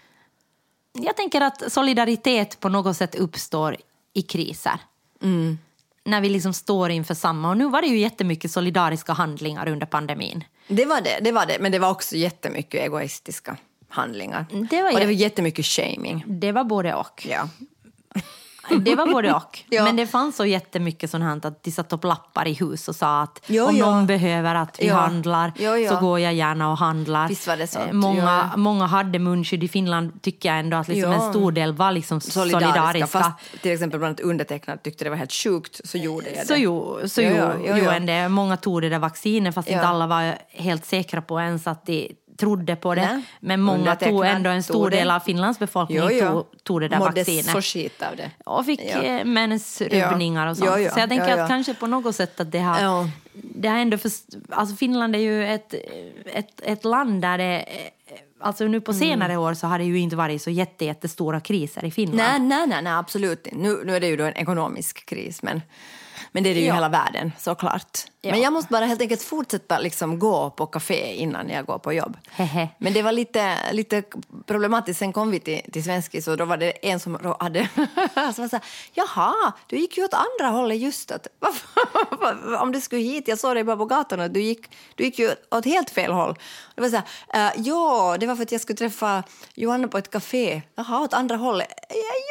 Jag tänker att solidaritet på något sätt uppstår i kriser. Mm. När vi liksom står inför samma. Och nu var det ju jättemycket solidariska handlingar under pandemin. Det var det, det var det. Men det var också jättemycket egoistiska handlingar. Det var och det var jättemycket shaming. Det var både och. Ja. Det var både och. Ja. Men det fanns så jättemycket sånt här att de satt upp lappar i hus och sa att jo, om ja. någon behöver att vi ja. handlar jo, ja. så går jag gärna och handlar. Visst var det sånt. Många, ja. många hade munskydd i Finland tycker jag ändå att liksom ja. en stor del var liksom solidariska. solidariska. Fast till exempel bland undertecknad tyckte det var helt sjukt så gjorde jag det. Så jo, så jo, jo, ja, jo, jo, ja. En det. Många tog det där vacciner fast ja. inte alla var helt säkra på ens att de trodde på det. Nej. Men många tog ändå en stor del av Finlands befolkning jo, jo. Tog, tog det där Mådde vaccinet. så skit av det. Och fick ja. mensrubbningar och sånt. Ja, ja. Så jag tänker ja, ja. att kanske på något sätt att det har... Ja. Det har ändå... För, alltså Finland är ju ett, ett, ett land där det... Alltså nu på senare mm. år så har det ju inte varit så jätte, jättestora kriser i Finland. Nej, nej, nej, nej absolut inte. Nu, nu är det ju då en ekonomisk kris, men... Men det är det ju ja. hela världen, såklart. Ja. Men jag måste bara helt enkelt fortsätta liksom gå på café innan jag går på jobb. Hehe. Men det var lite, lite problematiskt. Sen kom vi till, till Svenskis och då var det en som hade... som sa, jaha, du gick ju åt andra hållet just att... om du skulle hit, jag såg dig bara på gatan och du gick, du gick ju åt helt fel håll. Det var så här, uh, ja, det var för att jag skulle träffa Johanna på ett café. Jaha, åt andra hållet. Ja,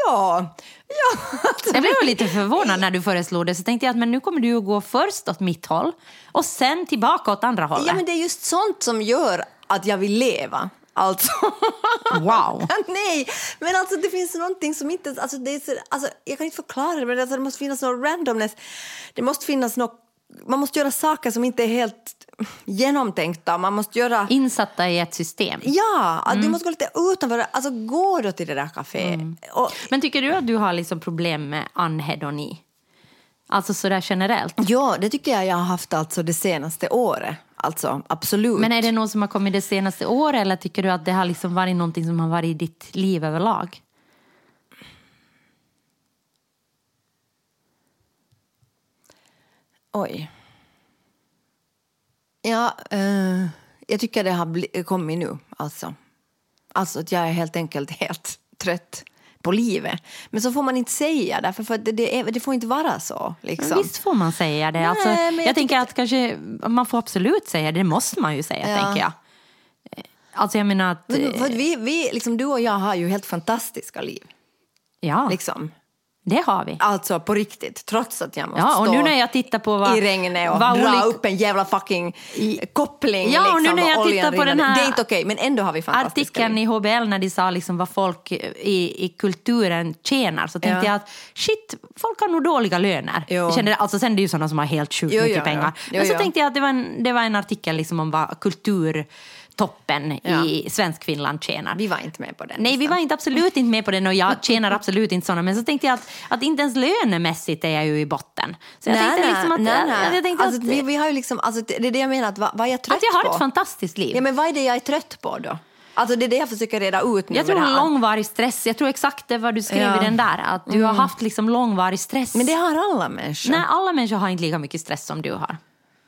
Ja, ja. Jag blev lite förvånad när du föreslog det. Så tänkte jag att men nu kommer du att gå först åt mitt håll och sen tillbaka åt andra hållet. Ja, men det är just sånt som gör att jag vill leva. Alltså. Wow. Nej, men alltså det finns någonting som inte... Alltså, det är så, alltså, jag kan inte förklara det, men alltså, det måste finnas någon randomness. Det måste finnas något... Man måste göra saker som inte är helt genomtänkta. Man måste göra... Insatta i ett system. Ja, Mm. du måste gå lite utanför. Alltså gå då till det där café. Mm. Och... Men tycker du att du har liksom problem med anhedoni? Alltså sådär generellt? Ja, det tycker jag jag har haft alltså det senaste året. Alltså, absolut. Men är det något som har kommit det senaste året eller tycker du att det har liksom varit någonting som har varit i ditt liv överlag? Oj. Ja, eh, jag tycker det har bli- kommit nu. Alltså. alltså att jag är helt enkelt helt trött på livet. Men så får man inte säga därför för det, det, är, det får inte vara så. Liksom. Visst får man säga det. Nej, alltså, men jag jag tänker tycker... att kanske man får absolut säga det. Det måste man ju säga, Ja. tänker jag. Alltså jag menar att... Men, för att vi, vi, liksom, du och jag har ju helt fantastiska liv. Ja, Liksom. det har vi. Alltså på riktigt, trots att jag måste Ja, och stå nu när jag tittar på vad... i regnet och vad dra olika- upp en jävla fucking koppling. Ja, och liksom, nu när jag och oljan tittar på den rinner. här Det är inte okej, men ändå har vi fantastiska artikeln liv. i H B L när de sa liksom vad folk i, i kulturen tjänar, så tänkte Ja. jag att shit, folk har nog dåliga löner. Jo. Jag kände, alltså sen är det ju sådana som har helt sjukt Jo, mycket jo, pengar. jo. Jo, Men så jo. tänkte jag att det var en, det var en artikel liksom om vad kulturtoppen Ja. i svensk Finland tjänar. Vi var inte med på den. Nej, vi var inte absolut inte med på den och jag tjänar absolut inte sådana. Men så tänkte jag att, att inte ens lönemässigt är jag ju i botten. Så jag nej, tänkte nej, liksom att... nej, nej. Jag tänkte alltså, att, vi, vi har ju liksom, alltså, det är det jag menar, att vad, vad är jag trött att jag har på? ett fantastiskt liv. Ja, men vad är det jag är trött på då? Alltså det är det jag försöker reda ut nu. Jag tror med det här. långvarig stress. Jag tror exakt det vad du skrev Ja. i den där. Att du har haft liksom långvarig stress. Men det har alla människor. Nej, alla människor har inte lika mycket stress som du har.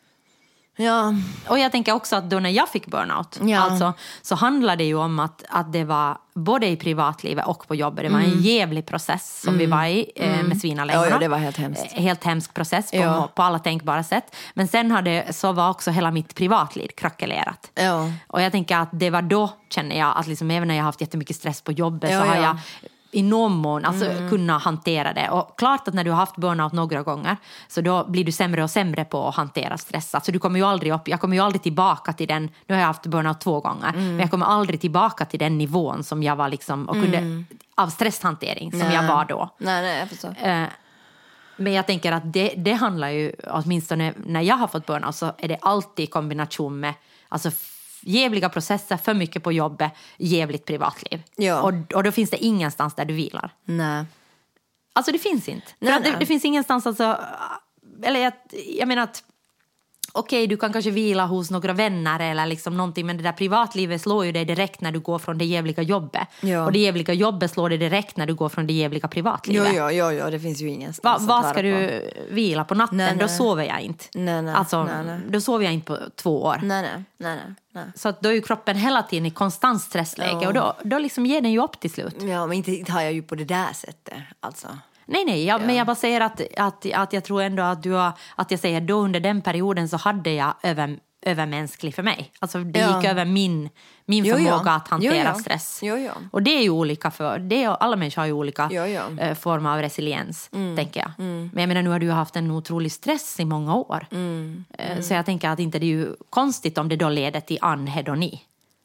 Ja. Och jag tänker också att då när jag fick burnout, Ja. alltså, så handlade det ju om att, att det var både i privatlivet och på jobbet. Det var en jävlig process som vi var i eh, med svinalängorna. Ja, ja, det var helt hemskt. Eh, Helt hemsk process på, Ja. på alla tänkbara sätt. Men sen hade, så var också hela mitt privatliv krackelerat. Ja. Och jag tänker att det var då, känner jag, att liksom, även när jag har haft jättemycket stress på jobbet Ja, så har ja. jag i någon mån alltså, kunna hantera det. Och klart att när du har haft burnout några gånger så då blir du sämre och sämre på att hantera stress. Alltså, du kommer ju aldrig upp, jag kommer ju aldrig tillbaka till den, nu har jag haft burnout två gånger, men jag kommer aldrig tillbaka till den nivån som jag var liksom, och kunde, av stresshantering som Nej. jag var då. Nej, nej, jag förstår. Eh, Men jag tänker att det, det handlar ju, åtminstone när jag har fått burnout så är det alltid i kombination med alltså, jävliga processer, för mycket på jobbet, jävligt privatliv. Ja. Och, och då finns det ingenstans där du vilar. Nej. Alltså det finns inte. För Nej, att det, nej. det finns ingenstans, alltså, eller jag, jag menar att okej, du kan kanske vila hos några vänner eller liksom någonting, men det där privatlivet slår ju dig direkt när du går från det jävliga jobbet. Ja. Och det jävliga jobbet slår dig direkt när du går från det jävliga Jo, privatlivet. jo, jo, jo, det finns ju ingenstans Va, att vad vara ska på. du vila på natten? Nej, Då nej. sover jag inte. Nej, nej, alltså, nej, nej. Då sover jag inte på två år. Nej, nej, nej, nej, nej. Så att då är ju kroppen hela tiden i konstant stressläge. Ja. Och då, då liksom ger den ju upp till slut. Ja, men inte, inte har jag ju på det där sättet, alltså. Nej, nej, jag, men jag bara säger att, att, att jag tror ändå att du har, att jag säger då under den perioden så hade jag över, övermänsklig för mig. Alltså det Ja. gick över min, min Jo, förmåga ja. att hantera Jo, ja. stress. Jo, ja. Och det är ju olika för, det är, alla människor har ju olika Jo, ja. eh, former av resiliens, tänker jag. Men jag menar, nu har du ju haft en otrolig stress i många år. Eh, Så jag tänker att inte det är ju konstigt om det då leder till anhedoni.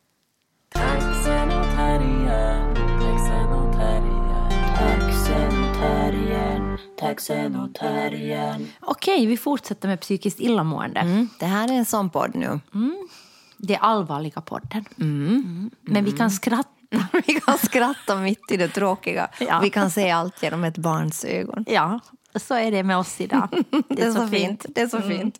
Taxen och terriern, taxen och terriern, taxen och terriern, taxen och terriern. Okej, vi fortsätter med psykiskt illamående. Mm. Det här är en sån podd nu. Det är allvarliga podden. Mm. Men vi kan skratta. Vi kan skratta mitt i det tråkiga. Ja. Vi kan se allt genom ett barns ögon. Ja, så är det med oss idag. Det är så fint. Det är så fint.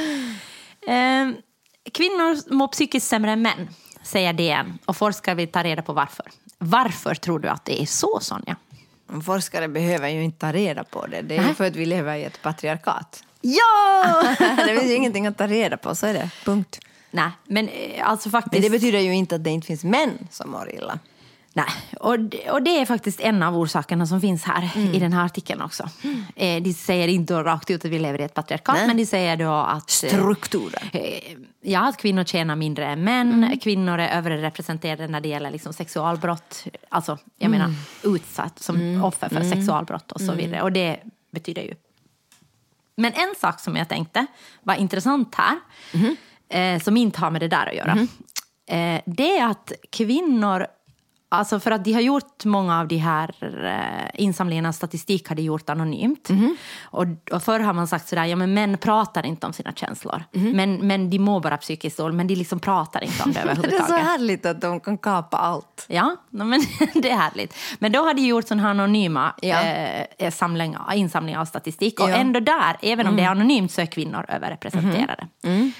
Eh, kvinnor mår psykiskt sämre än män, säger D N. Och forskare vill ta reda på varför. Varför tror du att det är så, Sonja? Forskare behöver ju inte ta reda på det. Det är Nej. ju för att vi lever i ett patriarkat. Ja! Det finns ju ingenting att ta reda på, så är det. Punkt. Nej, men eh, alltså faktiskt... Men det betyder ju inte att det inte finns män som mår illa. Nej, och det, och det är faktiskt en av orsakerna som finns här i den här artikeln också. Eh, de säger inte rakt ut att vi lever i ett patriarkat, Nej. men de säger då att... eh, Strukturer. Eh, Ja, att kvinnor tjänar mindre än män. Mm. Kvinnor är överrepresenterade när det gäller liksom sexualbrott. Alltså, jag mm. menar, utsatt som mm. offer för mm. sexualbrott och så vidare. Mm. Och det betyder ju. Men en sak som jag tänkte var intressant här, mm. eh, som inte har med det där att göra. Mm. Eh, det är att kvinnor, alltså för att de har gjort många av de här eh, insamlingarna av statistik har de gjort anonymt. Mm. Och, och förr har man sagt sådär, ja men män pratar inte om sina känslor. Mm. Men, men de mår bara psykiskt dåligt, men de liksom pratar inte om det överhuvudtaget. Det är så härligt att de kan kapa allt. Ja, men det är härligt. Men då har de gjort sådana här anonyma ja. eh, samlingar, insamlingar av statistik. Och ja. ändå där, även om mm. det är anonymt, så är kvinnor överrepresenterade. Mm. Mm.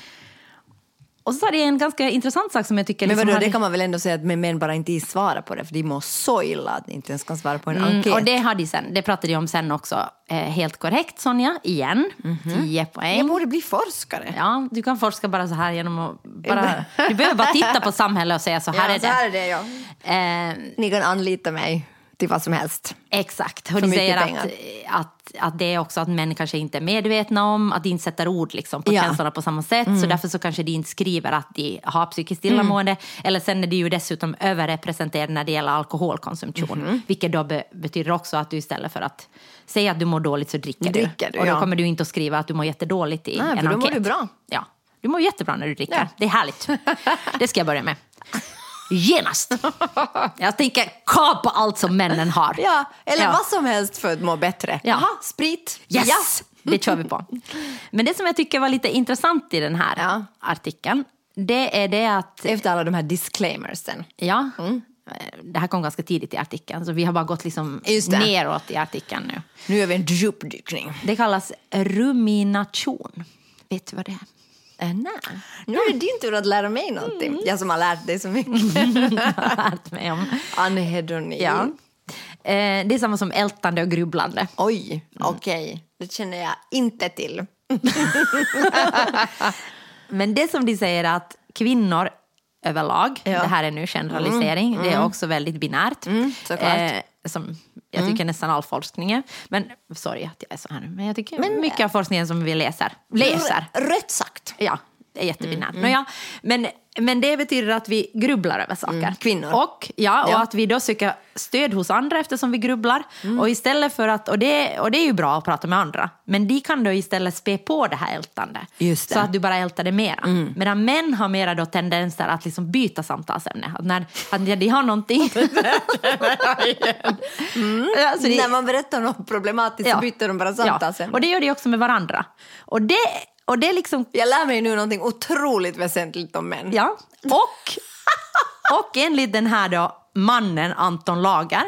Och så är det en ganska intressant sak som jag tycker... Men liksom vadå, hade... det kan man väl ändå säga att män bara inte svarar på det, för de mår så illa att de inte ens kan svara på en mm, enkät. Och det har de sen, det pratade de om sen också. Eh, helt korrekt, Sonja, igen. Mm-hmm. tio poäng. Jag borde bli forskare. Ja, du kan forska bara så här genom att... Bara, du behöver bara titta på samhället och säga så här ja, är det. så här är det, ja. Eh, Ni kan anlita mig till vad som helst. Exakt, och de säger att, att, att det är också att män kanske inte är medvetna om, att de inte sätter ord liksom på ja. känslorna på samma sätt, mm. så därför så kanske de inte skriver att de har psykiskt illamående, mm. eller sen är de ju dessutom överrepresenterade när det gäller alkoholkonsumtion, mm. vilket då be- betyder också att du istället för att säga att du mår dåligt så dricker, dricker du, du och då ja. kommer du inte att skriva att du mår jättedåligt i Nej, en för då enkät. mår du bra. Ja, du mår jättebra när du dricker, ja. det är härligt. Det ska jag börja med. Genast. Jag tänker kapa allt som männen har. Ja, eller ja. vad som helst för att må bättre. Ja. Aha, sprit. Yes, ja. Det kör vi på. Men det som jag tycker var lite intressant i den här ja. artikeln, det är det att... Efter alla de här disclaimersen. Ja, mm. det här kom ganska tidigt i artikeln, så vi har bara gått liksom neråt i artikeln nu. Nu gör vi en djupdykning. Det kallas rumination. Vet du vad det är? Äh, nej. Nu är det din tur att lära mig någonting. Mm. Jag som har lärt dig så mycket. Jag har lärt mig om anhedoni. Ja. Eh, det är samma som ältande och grubblande. Oj, mm. okej. Okay. Det känner jag inte till. Men det som de säger är att kvinnor överlag, ja. det här är nu generalisering, mm. det är också väldigt binärt. Mm, såklart. Eh, som jag tycker mm. nästan all forskning är. Men, sorry att jag är så här nu, men jag tycker men, mycket av forskningen som vi läser. läser. R- rätt sagt. Ja, det är jättebinärt. Mm. Mm. Ja, men, men det betyder att vi grubblar över saker. Mm. Kvinnor. Och, ja, och ja. att vi då söker stöd hos andra eftersom vi grubblar. Mm. Och istället för att, och det, och det är ju bra att prata med andra, men de kan då istället spä på det här ältande. Just det. Så att du bara ältar det mera. Mm. Medan män har mera då tendenser att liksom byta samtalsämne. Att när, att när de har någonting... mm. alltså det, när man berättar något problematiskt ja. så byter de bara samtalsämne. Ja. Och det gör de också med varandra. Och det... Och det är liksom... Jag lär mig nu någonting otroligt väsentligt om män. Ja, och, och enligt den här då, mannen Anton Lager,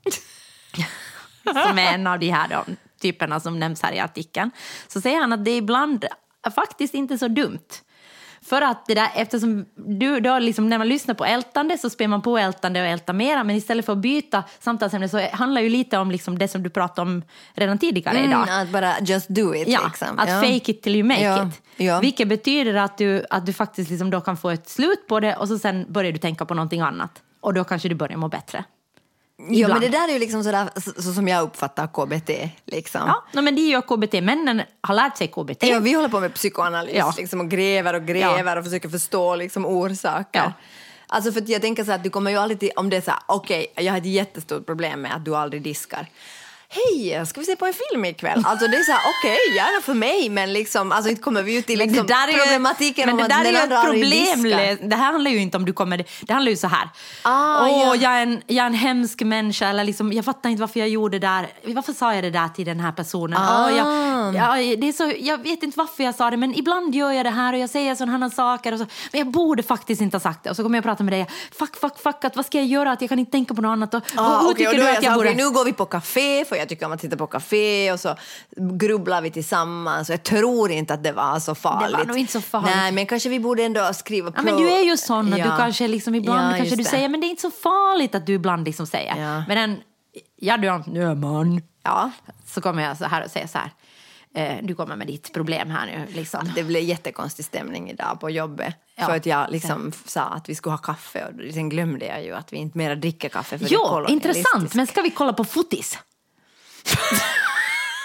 som är en av de här då, typerna som nämns här i artikeln, så säger han att det ibland är faktiskt inte så dumt. För att det där, eftersom du då liksom, när man lyssnar på ältande så spär man på ältande och ältar mera, men istället för att byta samtalsämne så handlar ju lite om liksom det som du pratade om redan tidigare mm, idag. Att bara just do it. Ja, liksom. att ja. fake it till you make ja. it. Ja. Vilket betyder att du, att du faktiskt liksom då kan få ett slut på det och så sen börjar du tänka på någonting annat. Och då kanske du börjar må bättre. Ja, ibland. Men det där är ju liksom sådär, så, så som jag uppfattar K B T. Liksom. Ja, no, men det är ju K B T. Männen har lärt sig K B T. Ja, vi håller på med psykoanalys ja. liksom, och gräver och gräver ja. och försöker förstå liksom, orsaker. Ja. Alltså för att jag tänker så att du kommer ju aldrig till, om det är så här, okej, okay, jag har ett jättestort problem med att du aldrig diskar. Hej, ska vi se på en film ikväll? Alltså det är så här, okej, okay, gärna för mig, men liksom, alltså inte kommer vi ut till liksom, det där problematiken men om det att där är ju ett problem. Det här handlar ju inte om du kommer, det handlar ju så här. Ah, Åh, ja. jag, är en, jag är en hemsk människa, eller liksom, jag fattar inte varför jag gjorde det där. Varför sa jag det där till den här personen? Ah. Åh, jag, jag, det är så, jag vet inte varför jag sa det, men ibland gör jag det här och jag säger sådana saker. Och så, men jag borde faktiskt inte ha sagt det. Och så kommer jag prata med dig. Fuck, fuck, fuck, att vad ska jag göra? Att jag kan inte tänka på något annat. Och, ah, och, och okay, tycker och du att jag sa, borde... okay, nu går vi på café, för jag tycker om att titta på café. Och så grubblar vi tillsammans. Och jag tror inte att det var så farligt. Det var nog inte så farligt. Nej, men kanske vi borde ändå skriva på... Ja, men du är ju sån att ja. du kanske liksom ibland ja, kanske du det. säger, men det är inte så farligt att du ibland liksom säger. Ja. Men den, ja du är nu man. Ja. Så kommer jag så här och säger så här. Eh, du kommer med ditt problem här nu liksom. Det blev jättekonstig stämning idag på jobbet. Ja. För att jag liksom sa att vi skulle ha kaffe. Och sen glömde jag ju att vi inte mera dricker kaffe. För jo, intressant. Men ska vi kolla på fotis?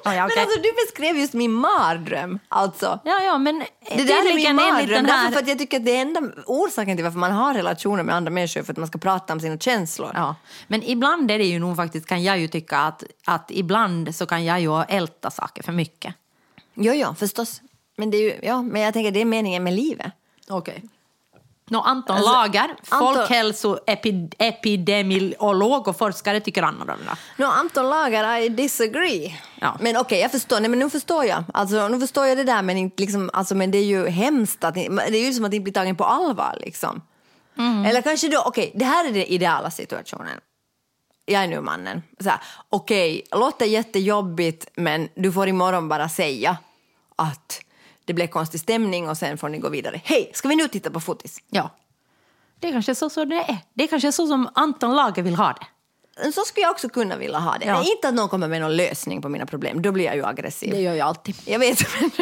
Oh, ja, okay. Men alltså, du beskrev just min mardröm. Alltså. Ja, ja, men det där är min mardröm. här... Därför för att jag tycker att det är enda orsaken till varför man har relationer med andra människor för att man ska prata om sina känslor. Ja, men ibland är det ju nog faktiskt, kan jag ju tycka att, att ibland så kan jag ju älta saker för mycket. Jo, ja, förstås. Men, det är ju, ja, men jag tänker att det är meningen med livet. Okej. Okay. Nå, Anton alltså, Lager, Anton... folkhälsoepidemiolog och forskare tycker annorlunda. Nå, Anton Lager, I disagree. Ja. Men okej, okay, jag förstår. Nej, men nu förstår jag. Alltså, nu förstår jag det där, men, inte, liksom, alltså, men det är ju hemskt. Att, det är ju som att det inte blir tagen på allvar. Liksom. Mm. Eller kanske då, okej, okay, det här är den ideala situationen. Jag är nu mannen. Okej, okay, låter jättejobbigt, men du får imorgon bara säga att det blir konstig stämning och sen får ni gå vidare. Hej, ska vi nu titta på fotis? Ja. Det är kanske så, så det är. Det är kanske så som Anton Lager vill ha det. Så skulle jag också kunna vilja ha det. Ja. Men inte att någon kommer med någon lösning på mina problem. Då blir jag ju aggressiv. Det gör jag alltid. Jag vet.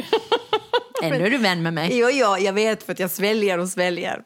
Ändå är du vän med mig. Jo, jo, jag vet för att jag sväljer och sväljer.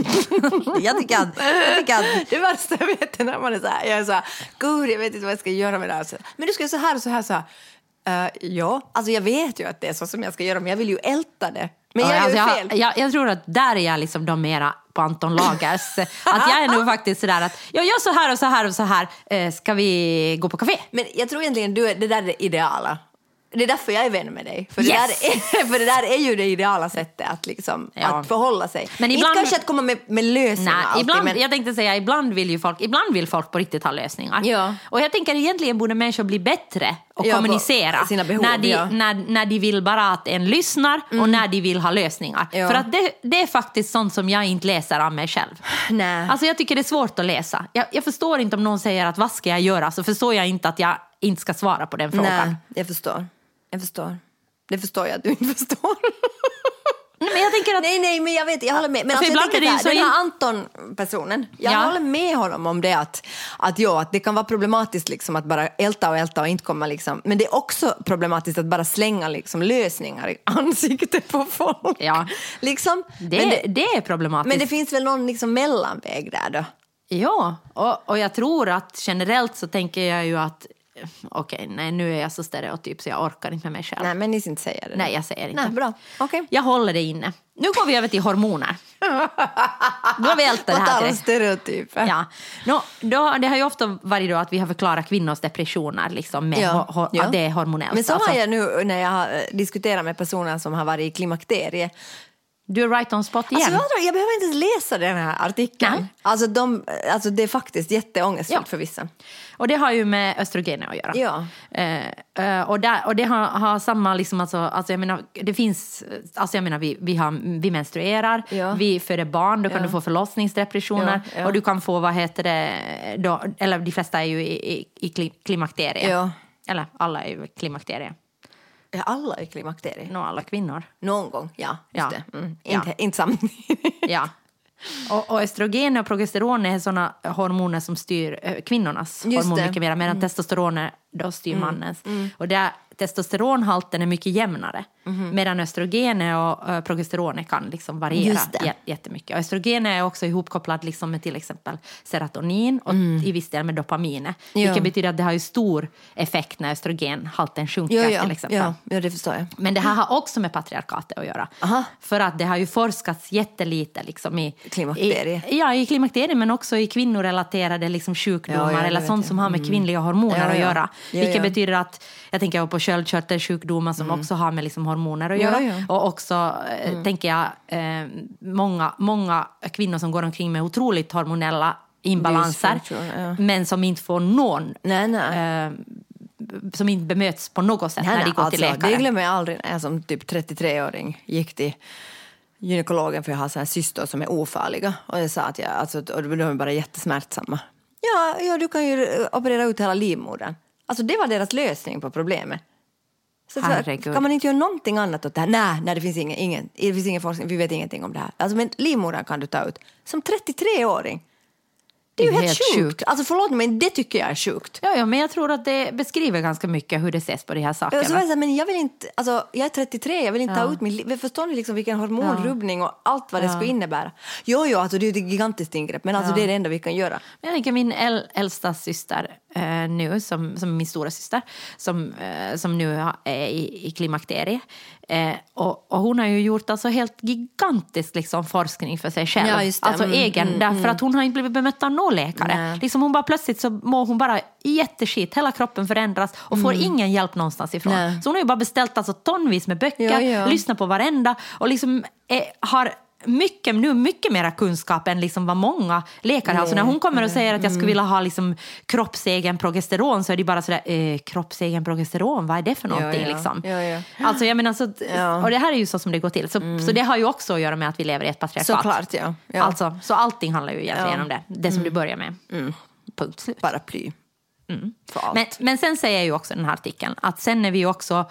jag tycker att, jag tycker att det värsta jag vet är när man är så här. Jag är så här, gud, jag vet inte vad jag ska göra med det här. Men du ska göra så här och så här, så här. Uh, ja, alltså jag vet ju att det är så som jag ska göra, men jag vill ju älta det. Men jag ja, gör alltså fel. Jag, jag, jag tror att där är jag liksom de mera på Anton Lagers. Att jag är nog faktiskt sådär att jag gör så här och så här och så här. Uh, ska vi gå på café? Men jag tror egentligen du, det där är det ideala. Det är därför jag är vän med dig. För, yes. det, där är, för det där är ju det ideala sättet att, liksom, ja. att förhålla sig. Men ibland, inte kanske att komma med, med lösningar. Nej, alltid, ibland, men... Jag tänkte säga, ibland vill ju folk, ibland vill folk på riktigt ha lösningar. Ja. Och jag tänker egentligen borde människor bli bättre och ja, kommunicera. Sina behov, när, de, ja. när, när de vill bara att en lyssnar mm. och när de vill ha lösningar. Ja. För att det, det är faktiskt sånt som jag inte läser av mig själv. Nej. Alltså jag tycker det är svårt att läsa. Jag, jag förstår inte om någon säger att vad ska jag göra, så förstår jag inte att jag inte ska svara på den frågan. Nej, jag förstår. Jag förstår. Det förstår jag att du inte förstår. Nej, men jag tänker att... nej, nej, men jag vet, jag håller med. Men alltså, jag tänker det, det den här Anton-personen, jag ja. håller med honom om det att, att, ja, att det kan vara problematiskt liksom, att bara älta och älta och inte komma liksom. Men det är också problematiskt att bara slänga liksom, lösningar i ansiktet på folk. Ja. Liksom. Det, men det, det är problematiskt. Men det finns väl någon liksom, mellanväg där då? Ja, och, och jag tror att generellt så tänker jag ju att okej, okay, nej, nu är jag så stereotyp så jag orkar inte med mig själv. Nej, men ni ska inte säga det. Nej, jag säger inte. Nej, bra. Okay. Jag håller det inne. Nu går vi över till hormoner. Då har vi ältat det här till. Stereotyper. Ja. No, då, det har ju ofta varit då att vi har förklarat kvinnors depressioner liksom med ja. ho, ho, ja. att det är hormonellt. Men så alltså. har jag nu när jag har diskuterat med personer som har varit i klimakterie. Du är right on spot igen. Alltså, jag, jag behöver inte ens läsa den här artikeln. Alltså, de, alltså det är faktiskt jätteångestfullt ja. för vissa. Och det har ju med östrogener att göra. Ja. Uh, uh, och, där, och det har, har samma liksom, alltså, alltså jag menar, det finns, alltså jag menar vi, vi, har, vi menstruerar, ja. vi föder barn, då kan ja. du få förlossningsdepressioner ja, ja. och du kan få, vad heter det, då, eller de flesta är ju i, i, i klimakterie. Ja. Eller alla är ju klimakterie. Är alla i klimakterie? Nå, alla kvinnor. Någon gång, ja. Just ja. det. Mm. Ja. Inte, inte samtidigt. Ja. Och, och östrogen och progesteron är sådana hormoner som styr äh, kvinnornas just hormon det. mycket mer, medan mm. testosteron då styr mm. mannens. Mm. Och där testosteronhalten är mycket jämnare. Mm. Medan östrogen och uh, progesteron kan liksom variera j- jättemycket. Och östrogen är också ihopkopplad liksom med till exempel serotonin och mm. i viss del med dopaminer. Ja. Vilket betyder att det har ju stor effekt när östrogenhalten sjunker ja, ja. till exempel. Ja, ja, det förstår jag. Men det här har också med patriarkatet att göra. Aha. För att det har ju forskats jättelite liksom i klimakterie. I, ja, i klimakterie, men också i kvinnorelaterade liksom sjukdomar ja, ja, eller sånt som har med kvinnliga hormoner ja, ja. att göra. Ja, vilket ja. betyder att, jag tänker på köldkörtelsjukdomar som mm. också har med liksom hormoner att göra. Ja, ja. Och också, mm. tänker jag, eh, många, många kvinnor som går omkring med otroligt hormonella imbalanser. Ja. Men som inte får någon... Nej, nej. Eh, som inte bemöts på något sätt nej, när de går alltså, till läkare. Det glömmer jag aldrig när jag som typ trettiotre-åring gick till gynekologen för jag har så här cystor som är ofarliga. Och jag sa att jag, alltså, och de är bara jättesmärtsamma. Ja, ja, du kan ju operera ut hela livmodern. Alltså det var deras lösning på problemet. Så Herregud. Kan man inte göra någonting annat åt det här? Nej, nej det, finns ingen, ingen, det finns ingen forskning, vi vet ingenting om det här. Alltså, men livmodern kan du ta ut som trettiotre-åring. Det är ju helt, helt sjukt. sjukt. Alltså förlåt, men det tycker jag är sjukt. Ja, ja, men jag tror att det beskriver ganska mycket hur det ses på de här sakerna. Så jag, men jag vill inte, alltså jag är trettiotre, jag vill inte ja. ta ut min liv. Förstår ni liksom vilken hormonrubbning och allt vad det ja. skulle innebära? Jo, jo, alltså det är ju ett gigantiskt ingrepp, men alltså ja. det är det enda vi kan göra. Jag tänker min äl- äldsta syster eh, nu, som, som min stora syster, som, eh, som nu är i, i klimakterie. Eh, och, och hon har ju gjort alltså helt gigantisk liksom, forskning för sig själv. Ja, just det. Alltså mm, egen, mm, därför mm. att hon har inte blivit bemött av någon läkare. Liksom hon bara plötsligt så mår hon bara jätteskit. Hela kroppen förändras och får mm. ingen hjälp någonstans ifrån. Nej. Så hon har ju bara beställt alltså, tonvis med böcker, ja, ja. lyssnat på varenda och liksom är, har mycket, nu mycket mera kunskap än liksom vad många läkare har. Så när hon kommer och säger att jag skulle vilja ha liksom kroppsegen progesteron, så är det bara sådär, eh, kroppsegen progesteron, vad är det för någonting? Ja, ja. Liksom? Ja, ja. Alltså jag menar, så, ja. och det här är ju så som det går till. Så, mm. så det har ju också att göra med att vi lever i ett patriarkat. Såklart, ja. ja. Alltså, så allting handlar ju egentligen ja. om det. Det som mm. du börjar med. Mm. Punkt slut. Paraply. Mm. Men, men sen säger ju också den här artikeln att sen är vi också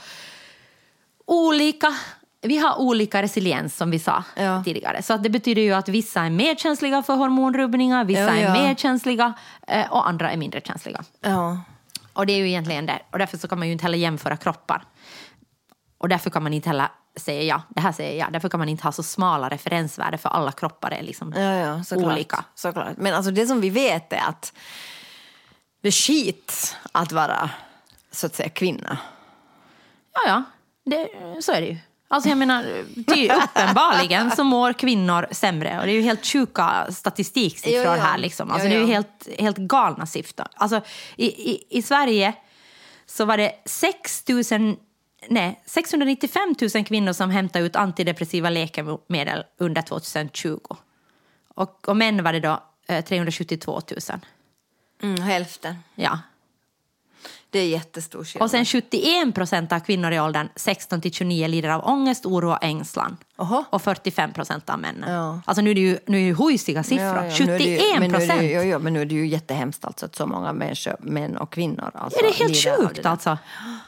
olika. Vi har olika resiliens som vi sa ja. tidigare. Så att det betyder ju att vissa är mer känsliga för hormonrubbningar, vissa ja, ja. är mer känsliga eh, och andra är mindre känsliga. Ja. Och det är ju egentligen det. Och därför så kan man ju inte heller jämföra kroppar. Och därför kan man inte heller säga ja, det här säger jag. Därför kan man inte ha så smala referensvärden för alla kroppar är liksom ja, ja, såklart. olika. Såklart. Men alltså det som vi vet är att det är skit att vara så att säga kvinna. Ja, ja. Det, så är det ju. Alltså jag menar, ty, uppenbarligen så mår kvinnor sämre. Och det är ju helt sjuka statistiksiffror här liksom. Alltså jo, jo. det är ju helt, helt galna siffror. Alltså i, i, i Sverige så var det sex tusen, nej, sexhundranittiofem tusen kvinnor som hämtade ut antidepressiva läkemedel under tjugohundratjugo. Och, och män var det då eh, trehundrasjuttiotvå tusen. Mm, hälften. Ja. Det är jättestor skillnad. Och sen sjuttioen procent av kvinnor i åldern sexton till tjugonio lider av ångest, oro och ängslan. Oho. Och fyrtiofem procent av männen. Ja. Alltså nu är det ju, nu är det ju hojsiga siffror. Ja, ja. sjuttioen procent. Ja, ja, men nu är det ju jättehemskt alltså att så många människor, män och kvinnor. Alltså, är det helt sjukt alltså?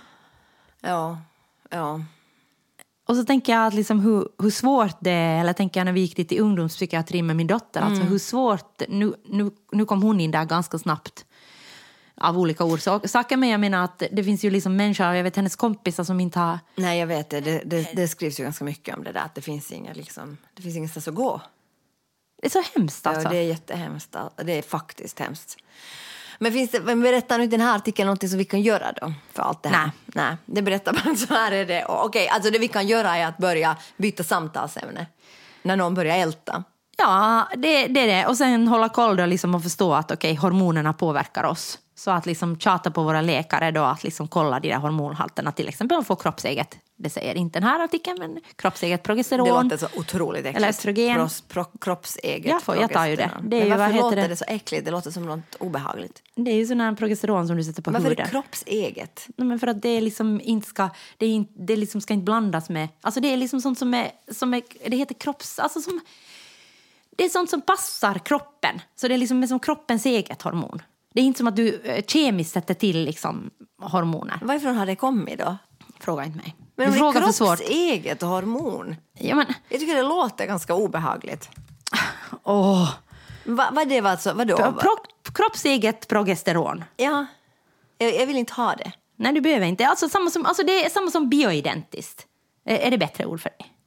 Ja, ja. Och så tänker jag att liksom hur, hur svårt det är, eller tänker jag när vi gick dit i ungdomspsykiatri med min dotter, mm. alltså hur svårt, nu, nu, nu kom hon in där ganska snabbt. Av olika orsaker, men jag menar att det finns ju liksom människor, jag vet hennes kompisar som inte har... Nej, jag vet det. Det, det, det skrivs ju ganska mycket om det där, att det finns inga liksom, det finns ingenstans att gå. Det är så hemskt alltså. Ja, det är jättehemskt. Det är faktiskt hemskt. Men finns det, men berättar nu i den här artikeln någonting som vi kan göra då för allt det här? Nej. Nej, det berättar bara så här är det. Okej, alltså det vi kan göra är att börja byta samtalsämne när någon börjar älta. Ja, det, det är det. Och sen hålla koll då liksom och förstå att okej, hormonerna påverkar oss. Så att liksom tjata på våra läkare då att liksom kolla de där hormonhalterna, till exempel få kroppseget. Det säger inte den här artikeln, men kroppseget progesteron. Det låter så otroligt äckligt. Eller östrogen. Pros, pro, kroppseget jag, får, jag tar ju det. det är men ju, varför låter det? det så äckligt? Det låter som något obehagligt. Det är ju sån här progesteron som du sätter på varför huden. Varför är det kroppseget? Nej, men för att det liksom inte ska, det, är inte, det liksom ska inte blandas med, alltså det är liksom sånt som är, som är det heter kropps, alltså som, det är sånt som passar kroppen. Så det är liksom som kroppens eget hormon. Det är inte som att du kemiskt sätter till liksom hormoner. Varifrån har det kommit då? Fråga inte mig. Men det är kropps eget hormon. Ja, men... Jag tycker det låter ganska obehagligt. Åh. Oh. Va, vad det var alltså? Vadå? Pro, kroppseget progesteron. Ja, jag, jag vill inte ha det. Nej, du behöver inte. Alltså, samma som, alltså det är samma som bioidentiskt. Är, är det bättre ord för dig?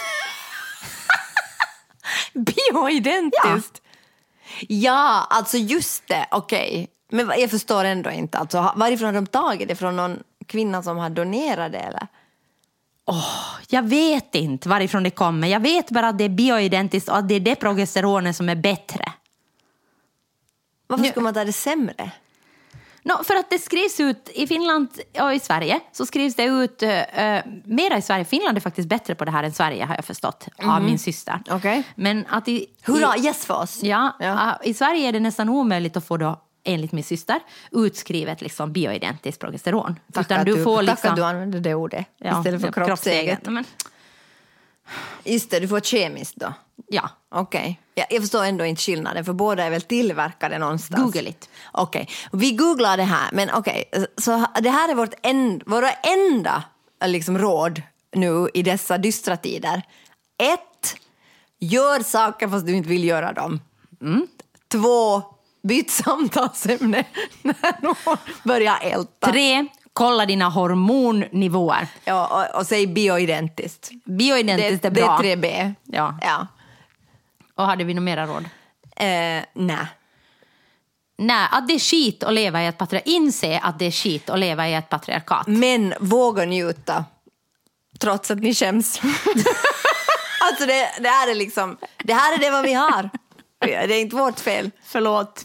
Bioidentiskt? Ja. Ja, alltså just det, okej. Okay. Men jag förstår ändå inte. Alltså, varifrån har de tagit det? Från någon kvinna som har donerat det, eller? Oh, jag vet inte varifrån det kommer. Jag vet bara att det är bioidentiskt och att det är det progesteronet som är bättre. Varför nu... ska man ta det sämre? No, för att det skrivs ut i Finland och i Sverige, så skrivs det ut uh, mera i Sverige. Finland är faktiskt bättre på det här än Sverige, har jag förstått, mm. av min syster. Okay. Men att i, hurra, yes för oss! Ja, ja. Uh, i Sverige är det nästan omöjligt att få då, enligt min syster, utskrivet liksom bioidentiskt progesteron. Tack, Utan du, du får liksom, tack att du använder det ordet ja, istället för kroppseget. Men... Just det, du får kemiskt då. Ja. Okej. Okay. Ja, jag förstår ändå inte skillnaden, för båda är väl tillverkade någonstans. Google it. Okej. Okay. Vi googlar det här, men okej. Okay. Så det här är vårt en, våra enda liksom, råd nu i dessa dystra tider. Ett, gör saker fast du inte vill göra dem. Mm. Två, byt samtalsämne när någon börjar älta. Tre, kolla dina hormonnivåer. Ja, och, och säg bioidentiskt. Bioidentiskt det, är bra. Det är tre B. Ja. Ja. Och hade vi några mera råd? Eh, nej. Nej, att det är skit att leva i ett patriarkat. Inse att det är skit att leva i ett patriarkat. Men våga njuta. Trots att ni skäms. Alltså det, det här är liksom, det här är det vad vi har. Det är inte vårt fel. Förlåt.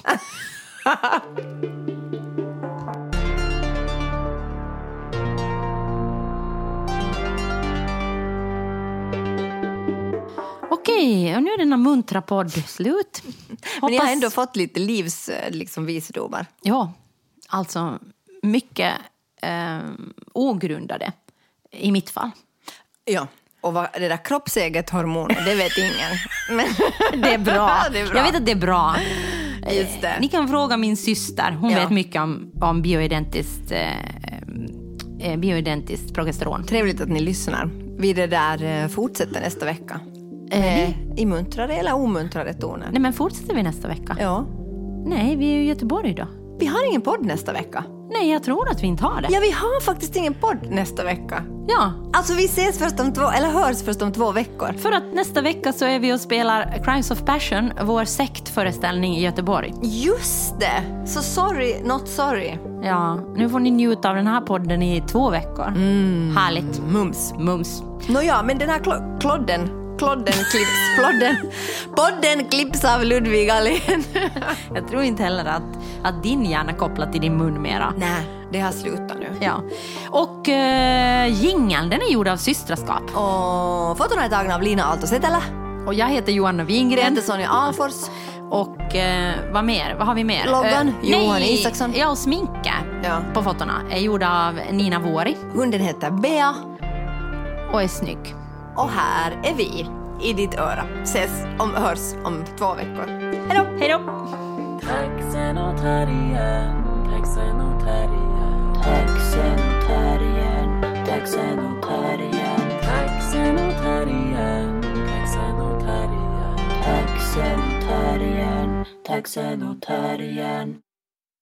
Okej, och nu är denna muntra podd slut. Men jag har ändå fått lite livs liksom, visdomar. Ja, alltså mycket eh, ogrundade i mitt fall. Ja, och vad, det där kroppseget hormoner, det vet ingen. Men det är bra. det är bra. Jag vet att det är bra. Just det. Ni kan fråga min syster. Hon Ja. vet mycket om, om bioidentiskt, eh, bioidentiskt progesteron. Trevligt att ni lyssnar. Vi det där eh, fortsätter nästa vecka. Eh, I muntrare eller omuntrare toner? nej, men fortsätter vi nästa vecka? Ja. Nej, vi är i Göteborg då. Vi har ingen podd nästa vecka. Nej, jag tror att vi inte har det. Ja, vi har faktiskt ingen podd nästa vecka. Ja, Alltså vi ses först om två, eller hörs först om två veckor. för att nästa vecka så är vi och spelar Crimes of Passion, vår sektföreställning i Göteborg. Just det! Så sorry, not sorry. Ja, nu får ni njuta av den här podden i två veckor. Mm. Härligt. Mums. Mums. Nåja, men den här klo- klodden, klodden klipps, plodden, podden klipps av Ludvig Alén. Jag tror inte heller att, att din hjärna är kopplad till din mun mera. Nej, det har slutat nu. Ja. Och uh, jingeln, den är gjord av systraskap. Och fotona är tagna av Lina Aalto-Setälä. Och jag heter Johanna Jag Wingren. heter Sonja Alfors. Och uh, vad mer? Vad har vi mer? Loggan, Eh, Johan nej, Isaksson. Ja, och sminke Ja. på fotona är gjorda av Nina Vuori Hunden heter Bea. och är snygg. Och här är vi i ditt öra. Ses om, hörs om två veckor. Hej då! Hej då! Taxenotarien, taxenotarien, taxenotarien, taxenotarien, taxenotarien, taxenotarien, taxenotarien, taxenotarien.